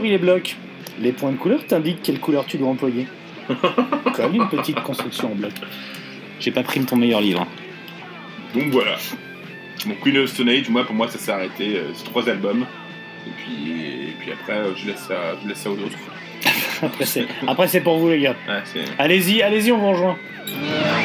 les blocs. Les points de couleur t'indiquent quelle couleur tu dois employer. Comme une petite construction en bloc. J'ai pas pris ton meilleur livre. Donc voilà. Mon Queen of Stone Age, pour moi, ça s'est arrêté. C'est 3 albums. Et puis après, je laisse ça aux autres. Après, c'est pour vous, les gars. Ouais, allez-y, on vous rejoint.